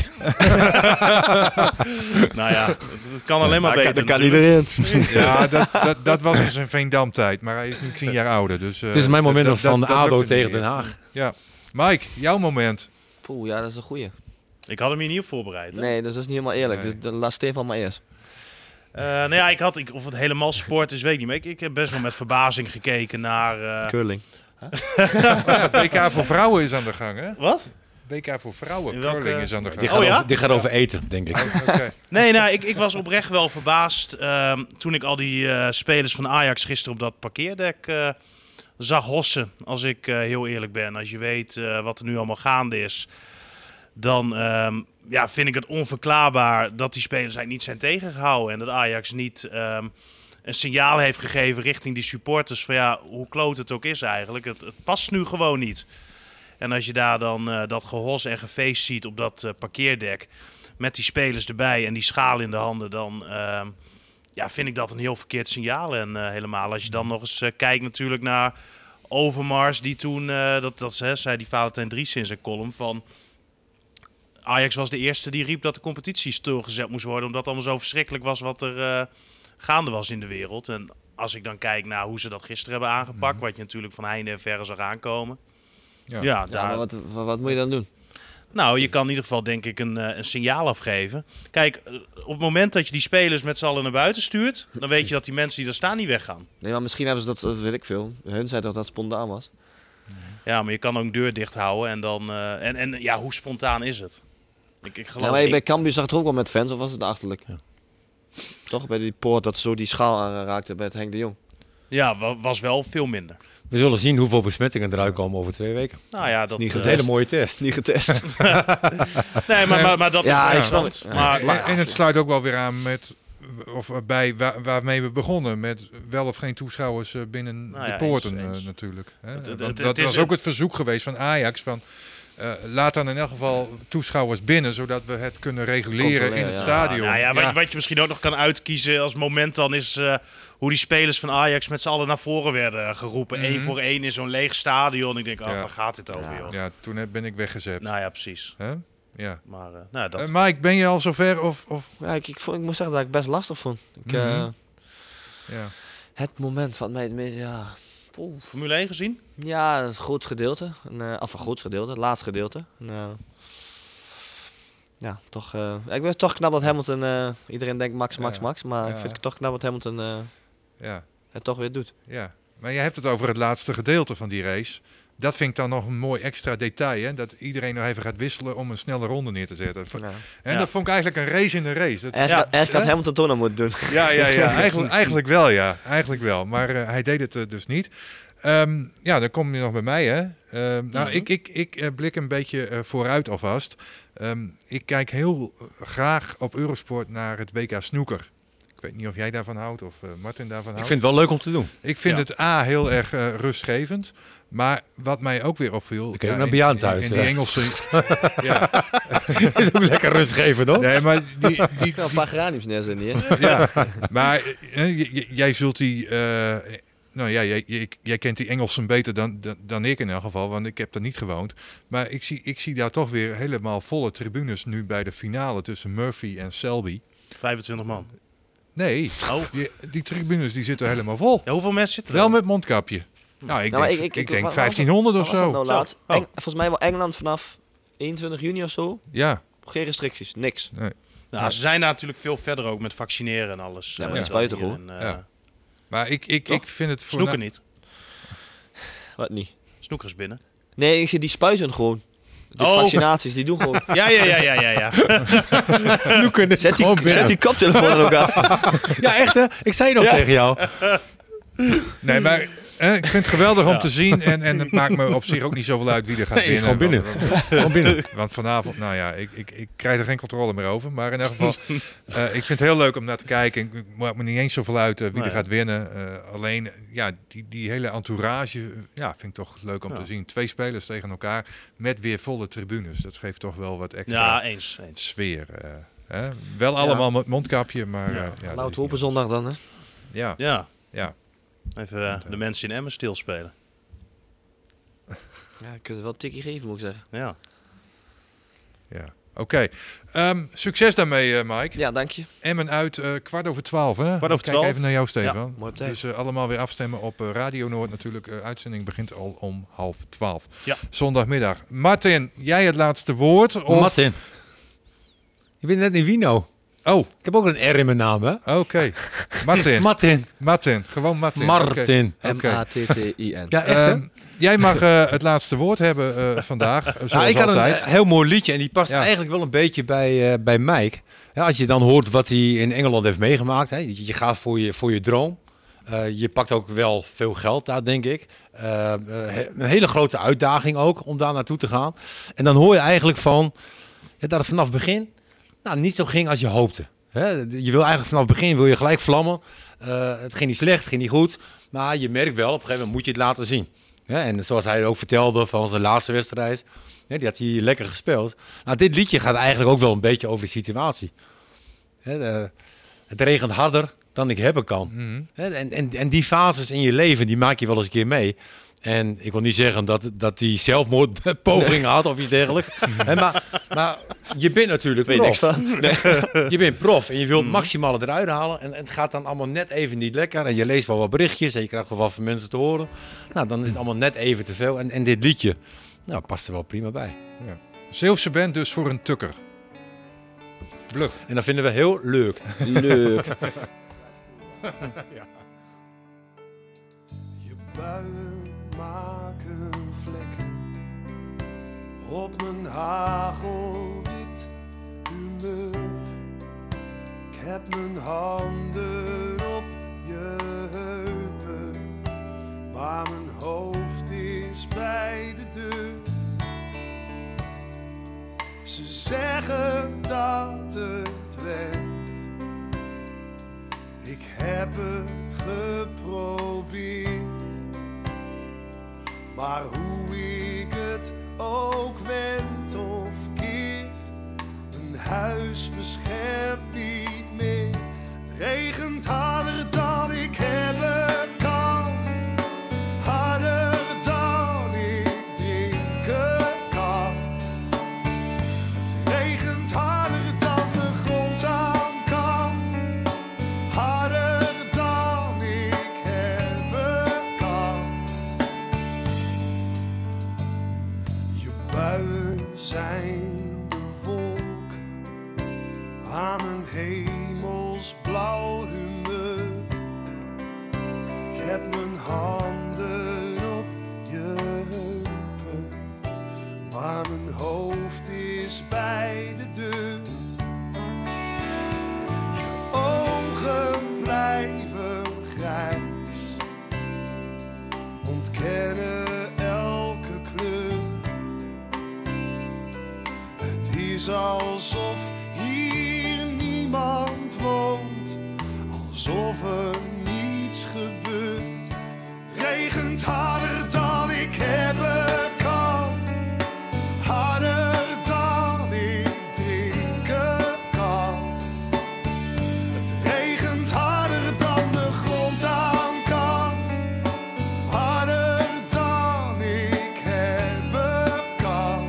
Nou ja, dat kan alleen maar beter. Dat kan iedereen. Ja, dat, dat, dat was in zijn Veendam-tijd. Maar hij is nu tien jaar ouder. Dus, uh, het is mijn moment dat, van dat, A D O dat tegen Den Haag. Ja. Mike, jouw moment. Poeh, ja, dat is een goeie. Ik had hem hier niet op voorbereid. Hè? Nee, dus dat is niet helemaal eerlijk. Nee. Dus dan laat Stefan maar eerst. Uh, nou ja, ik had, ik, of het helemaal sport is, weet ik niet. Maar ik, ik heb best wel met verbazing gekeken naar... Uh... Curling. Huh? Ja, het W K voor vrouwen is aan de gang, hè? Wat? W K voor vrouwen, welke... curling is aan de gang. Die gaat, oh, ja? over, die gaat over eten, denk ik. Oh, okay. Nee, nou, ik, ik was oprecht wel verbaasd uh, toen ik al die uh, spelers van Ajax gisteren op dat parkeerdek uh, zag hossen. Als ik uh, heel eerlijk ben. Als je weet uh, wat er nu allemaal gaande is, dan um, ja, vind ik het onverklaarbaar dat die spelers eigenlijk niet zijn tegengehouden. En dat Ajax niet um, een signaal heeft gegeven richting die supporters van ja, hoe kloot het ook is eigenlijk. Het, het past nu gewoon niet. En als je daar dan uh, dat gehos en gefeest ziet op dat uh, parkeerdek met die spelers erbij en die schaal in de handen, dan uh, ja, vind ik dat een heel verkeerd signaal. En uh, helemaal als je dan nog eens uh, kijkt natuurlijk naar Overmars, die toen, uh, dat, dat hè, zei die Valentijn Dries in zijn column, van Ajax was de eerste die riep dat de competitie stilgezet moest worden, omdat het allemaal zo verschrikkelijk was wat er uh, gaande was in de wereld. En als ik dan kijk naar hoe ze dat gisteren hebben aangepakt, mm-hmm. wat je natuurlijk van heinde en verre zag aankomen. Ja, ja, ja daar... maar wat, wat, wat moet je dan doen? Nou, je kan in ieder geval denk ik een, een signaal afgeven. Kijk, op het moment dat je die spelers met z'n allen naar buiten stuurt, dan weet je dat die mensen die daar staan niet weggaan. Nee, maar misschien hebben ze dat, dat weet ik veel. Hun zei dat dat spontaan was. Ja, maar je kan ook een deur dicht houden en dan... Uh, en, en ja, hoe spontaan is het? Ik, ik geloof... Ja, maar ik... bij Cambuur zag het ook wel met fans, of was het achterlijk? Ja. Toch, bij die poort dat zo die schaal aanraakte bij het Henk de Jong. Ja, was wel veel minder. We zullen zien hoeveel besmettingen eruit komen over twee weken. Nou ja, dat is een hele mooie test. Niet getest. nee, maar, maar, maar dat ja, is ik snap het. Maar, en, en het sluit ook wel weer aan met, of bij waar, waarmee we begonnen, met wel of geen toeschouwers binnen nou ja, de poorten eens, eens. Uh, natuurlijk. Hè? Het, het, Want dat het was ook het verzoek geweest van Ajax van uh, laat dan in elk geval toeschouwers binnen, zodat we het kunnen reguleren in het ja. stadion. Nou ja, ja, wat, ja. wat je misschien ook nog kan uitkiezen als moment dan is uh, hoe die spelers van Ajax met z'n allen naar voren werden geroepen. Mm-hmm. Eén voor één in zo'n leeg stadion. Ik denk, oh, ja. waar gaat dit over, ja. joh? Ja, toen heb, ben ik weggezept. Nou ja, precies. Huh? Ja. Maar, uh, nou, dat... uh, Mike, ben je al zover? Of, of... Ja, ik, ik, vond, ik moet zeggen dat ik het best lastig vond. Ik, mm-hmm. uh, ja. Het moment van mij, ja... Oeh, Formule één gezien? Ja, dat is een groot gedeelte. Een, uh, of een groot gedeelte, het laatste gedeelte. En, uh, ja, toch... Uh, ik vind het toch knap dat Hamilton... Uh, iedereen denkt Max, Max, ja. Max. Maar ja. ik vind het toch knap dat Hamilton uh, ja. het toch weer doet. Ja, maar je hebt het over het laatste gedeelte van die race. Dat vind ik dan nog een mooi extra detail. Hè? Dat iedereen nog even gaat wisselen om een snelle ronde neer te zetten. Ja. En Ja. dat vond ik eigenlijk een race in de race. Dat, Eigenlijk, Ja. eigenlijk had Hè? Hamilton toch nog moeten doen. ja, ja, ja. Eigenlijk, eigenlijk wel, ja. Eigenlijk wel. Maar uh, hij deed het uh, dus niet. Um, ja, dan kom je nog bij mij, hè. Um, nou, Mm-hmm. ik, ik, ik uh, blik een beetje uh, vooruit alvast. Um, ik kijk heel graag op Eurosport naar het W K snooker. Ik weet niet of jij daarvan houdt of uh, Martin daarvan Ik houdt. vind het wel leuk om te doen. Ik vind Ja. het A heel erg uh, rustgevend. Maar wat mij ook weer opviel... Ik kan ook ja, naar in- bejaardentehuis, In, in die hè. Engelse... ja, Het is ook lekker rustgevend, hoor. nee, maar die... die Ja, een paar geraniums neerzetten hier. ja, maar uh, j- j- jij zult die... Uh, nou ja, jij, jij, jij kent die Engelsen beter dan, dan, dan ik in elk geval, want ik heb er niet gewoond. Maar ik zie, ik zie daar toch weer helemaal volle tribunes nu bij de finale tussen Murphy en Selby. vijfentwintig man. Nee, Oh. die, die tribunes die zitten helemaal vol. Ja, hoeveel mensen zitten er? Wel met mondkapje. Nou, ik Nou, denk, ik- ik, ik- denk wat- vijftienhonderd Wat of was dat zo. nou Zo. laatst? Oh. Eng- volgens mij wel Engeland vanaf eenentwintig juni of zo. Ja, Geen restricties, niks. nee. Nou, ze zijn daar natuurlijk veel verder ook met vaccineren en alles. Ja, maar eh, het spuiten hier gewoon. en, eh, Ja. Maar ik, ik, Toch? ik vind het voor... Snoeken niet. Wat niet? Snoekers binnen. Nee, ik zie die spuiten gewoon. De Oh. vaccinaties, die doen gewoon. Ja, ja, ja, ja, ja. ja. Snoeken is Zet gewoon die, binnen. zet die koptelefoon er ook af. Ja, echt hè? Ik zei nog Ja. tegen jou. Nee, maar eh, ik vind het geweldig om Ja. te zien. En, en het maakt me op zich ook niet zoveel uit wie er gaat Nee, is winnen. gewoon binnen. Want- want- Gewoon binnen. Want vanavond, nou ja, ik, ik, ik krijg er geen controle meer over. Maar in ieder geval, eh, ik vind het heel leuk om naar te kijken. Ik maak me niet eens zoveel uit eh, wie Nee. er gaat winnen. Eh, alleen, ja, die, die hele entourage, eh, ja, vind ik toch leuk om Ja. te zien. Twee spelers tegen elkaar met weer volle tribunes. Dat geeft toch wel wat extra Ja, eens. eens. sfeer. eh, hè? Wel allemaal met mondkapje, maar... Ja. eh, ja, dat Laat is hopen niet zondag dan, hè. anders. Ja, Ja, ja. even eh, de mensen in Emmen stilspelen. Ja, je kunt het wel een tikkie geven, moet ik zeggen. Ja. ja. Oké. Ehm, succes daarmee, eh, Mike. Ja, dank je. Emmen uit eh, kwart over twaalf, hè? Kwart over Kijk twaalf. even naar jou, Stefan. Mooi op tijd. Dus eh, allemaal weer afstemmen op eh, Radio Noord natuurlijk. Uh, uitzending begint al om half twaalf. Ja. Zondagmiddag. Martin, jij het laatste woord? Of... Martin. Je bent net in Wino. Oh, Ik heb ook een R in mijn naam, hè? oké. Martin. Martin. Martin. Gewoon Martin. Martin. Oké. M A T T I N. Ja, echt hè? Ehm, jij mag eh, het laatste woord hebben eh, vandaag, eh, zoals Ja, ik had een altijd. eh, heel mooi liedje en die past Ja. eigenlijk wel een beetje bij, eh, bij Mike. Ja, als je dan hoort wat hij in Engeland heeft meegemaakt. Hè, je, je gaat voor je, voor je droom. Uh, je pakt ook wel veel geld daar, denk ik. Uh, uh, een hele grote uitdaging ook om daar naartoe te gaan. En dan hoor je eigenlijk van ja, dat het vanaf het begin nou, niet zo ging als je hoopte. Hè, je wil eigenlijk vanaf het begin wil je gelijk vlammen. Uh, het ging niet slecht, het ging niet goed. Maar je merkt wel, op een gegeven moment moet je het laten zien. Ja, en zoals hij ook vertelde van zijn laatste wedstrijd, ja, die had hij lekker gespeeld. Nou, dit liedje gaat eigenlijk ook wel een beetje over de situatie. Ja, de, het regent harder dan ik hebben kan. Mhm. Ja, en, en, en die fases in je leven, die maak je wel eens een keer mee. En ik wil niet zeggen dat, dat hij zelfmoordpogingen had of iets dergelijks. Hè, maar, maar je bent natuurlijk Weet niks prof. van. Je bent prof en je wilt het maximale eruit halen. En, en het gaat dan allemaal net even niet lekker. En je leest wel wat berichtjes en je krijgt wel wat van mensen te horen. Nou, dan is het allemaal net even te veel. En, en dit liedje, nou, past er wel prima bij. Zeeuwse band dus voor een tukker. Bluff. En dat vinden we heel leuk. Leuk. Je buien maken vlekken op mijn hagelwit humeur. Ik heb mijn handen op je heupen, maar mijn hoofd is bij de deur. Ze zeggen dat het went, ik heb het geprobeerd. Maar hoe ik het ook wend of keer, een huis beschermt niet meer. Het regent harder dan ik hebben kan, harder dan ik drinken kan. Het regent harder dan de grond aan kan, harder dan ik hebben kan. Je buien zijn de wolk aan mijn hemelsblauw humeur. Ik heb mijn handen op je heupen, is bij de deur. Je ogen blijven grijs, ontkennen elke kleur. Het is alsof hier niemand woont, alsof er niets gebeurt. Het regent harder dan ik hebben kan, harder dan ik drinken kan. Het regent harder dan de grond aan kan, harder dan ik hebben kan.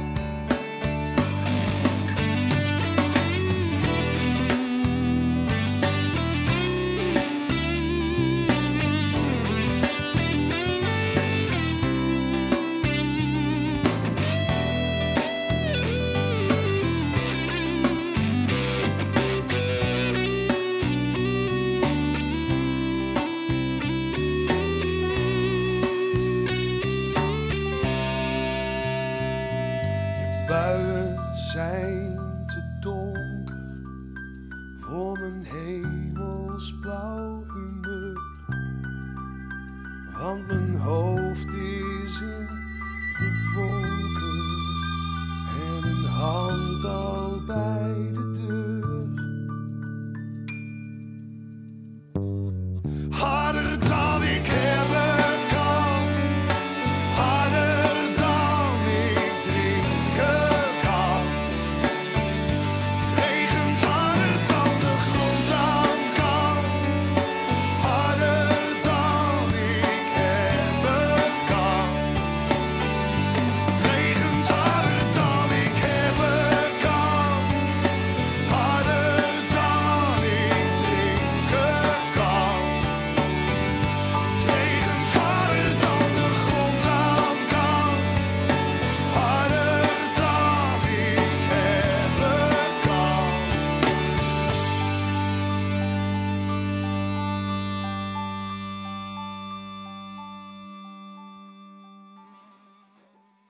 Je buien zijn te donker voor mijn hemelsblauw humeur. Want mijn hoofd is in de wolken en mijn hand al bij de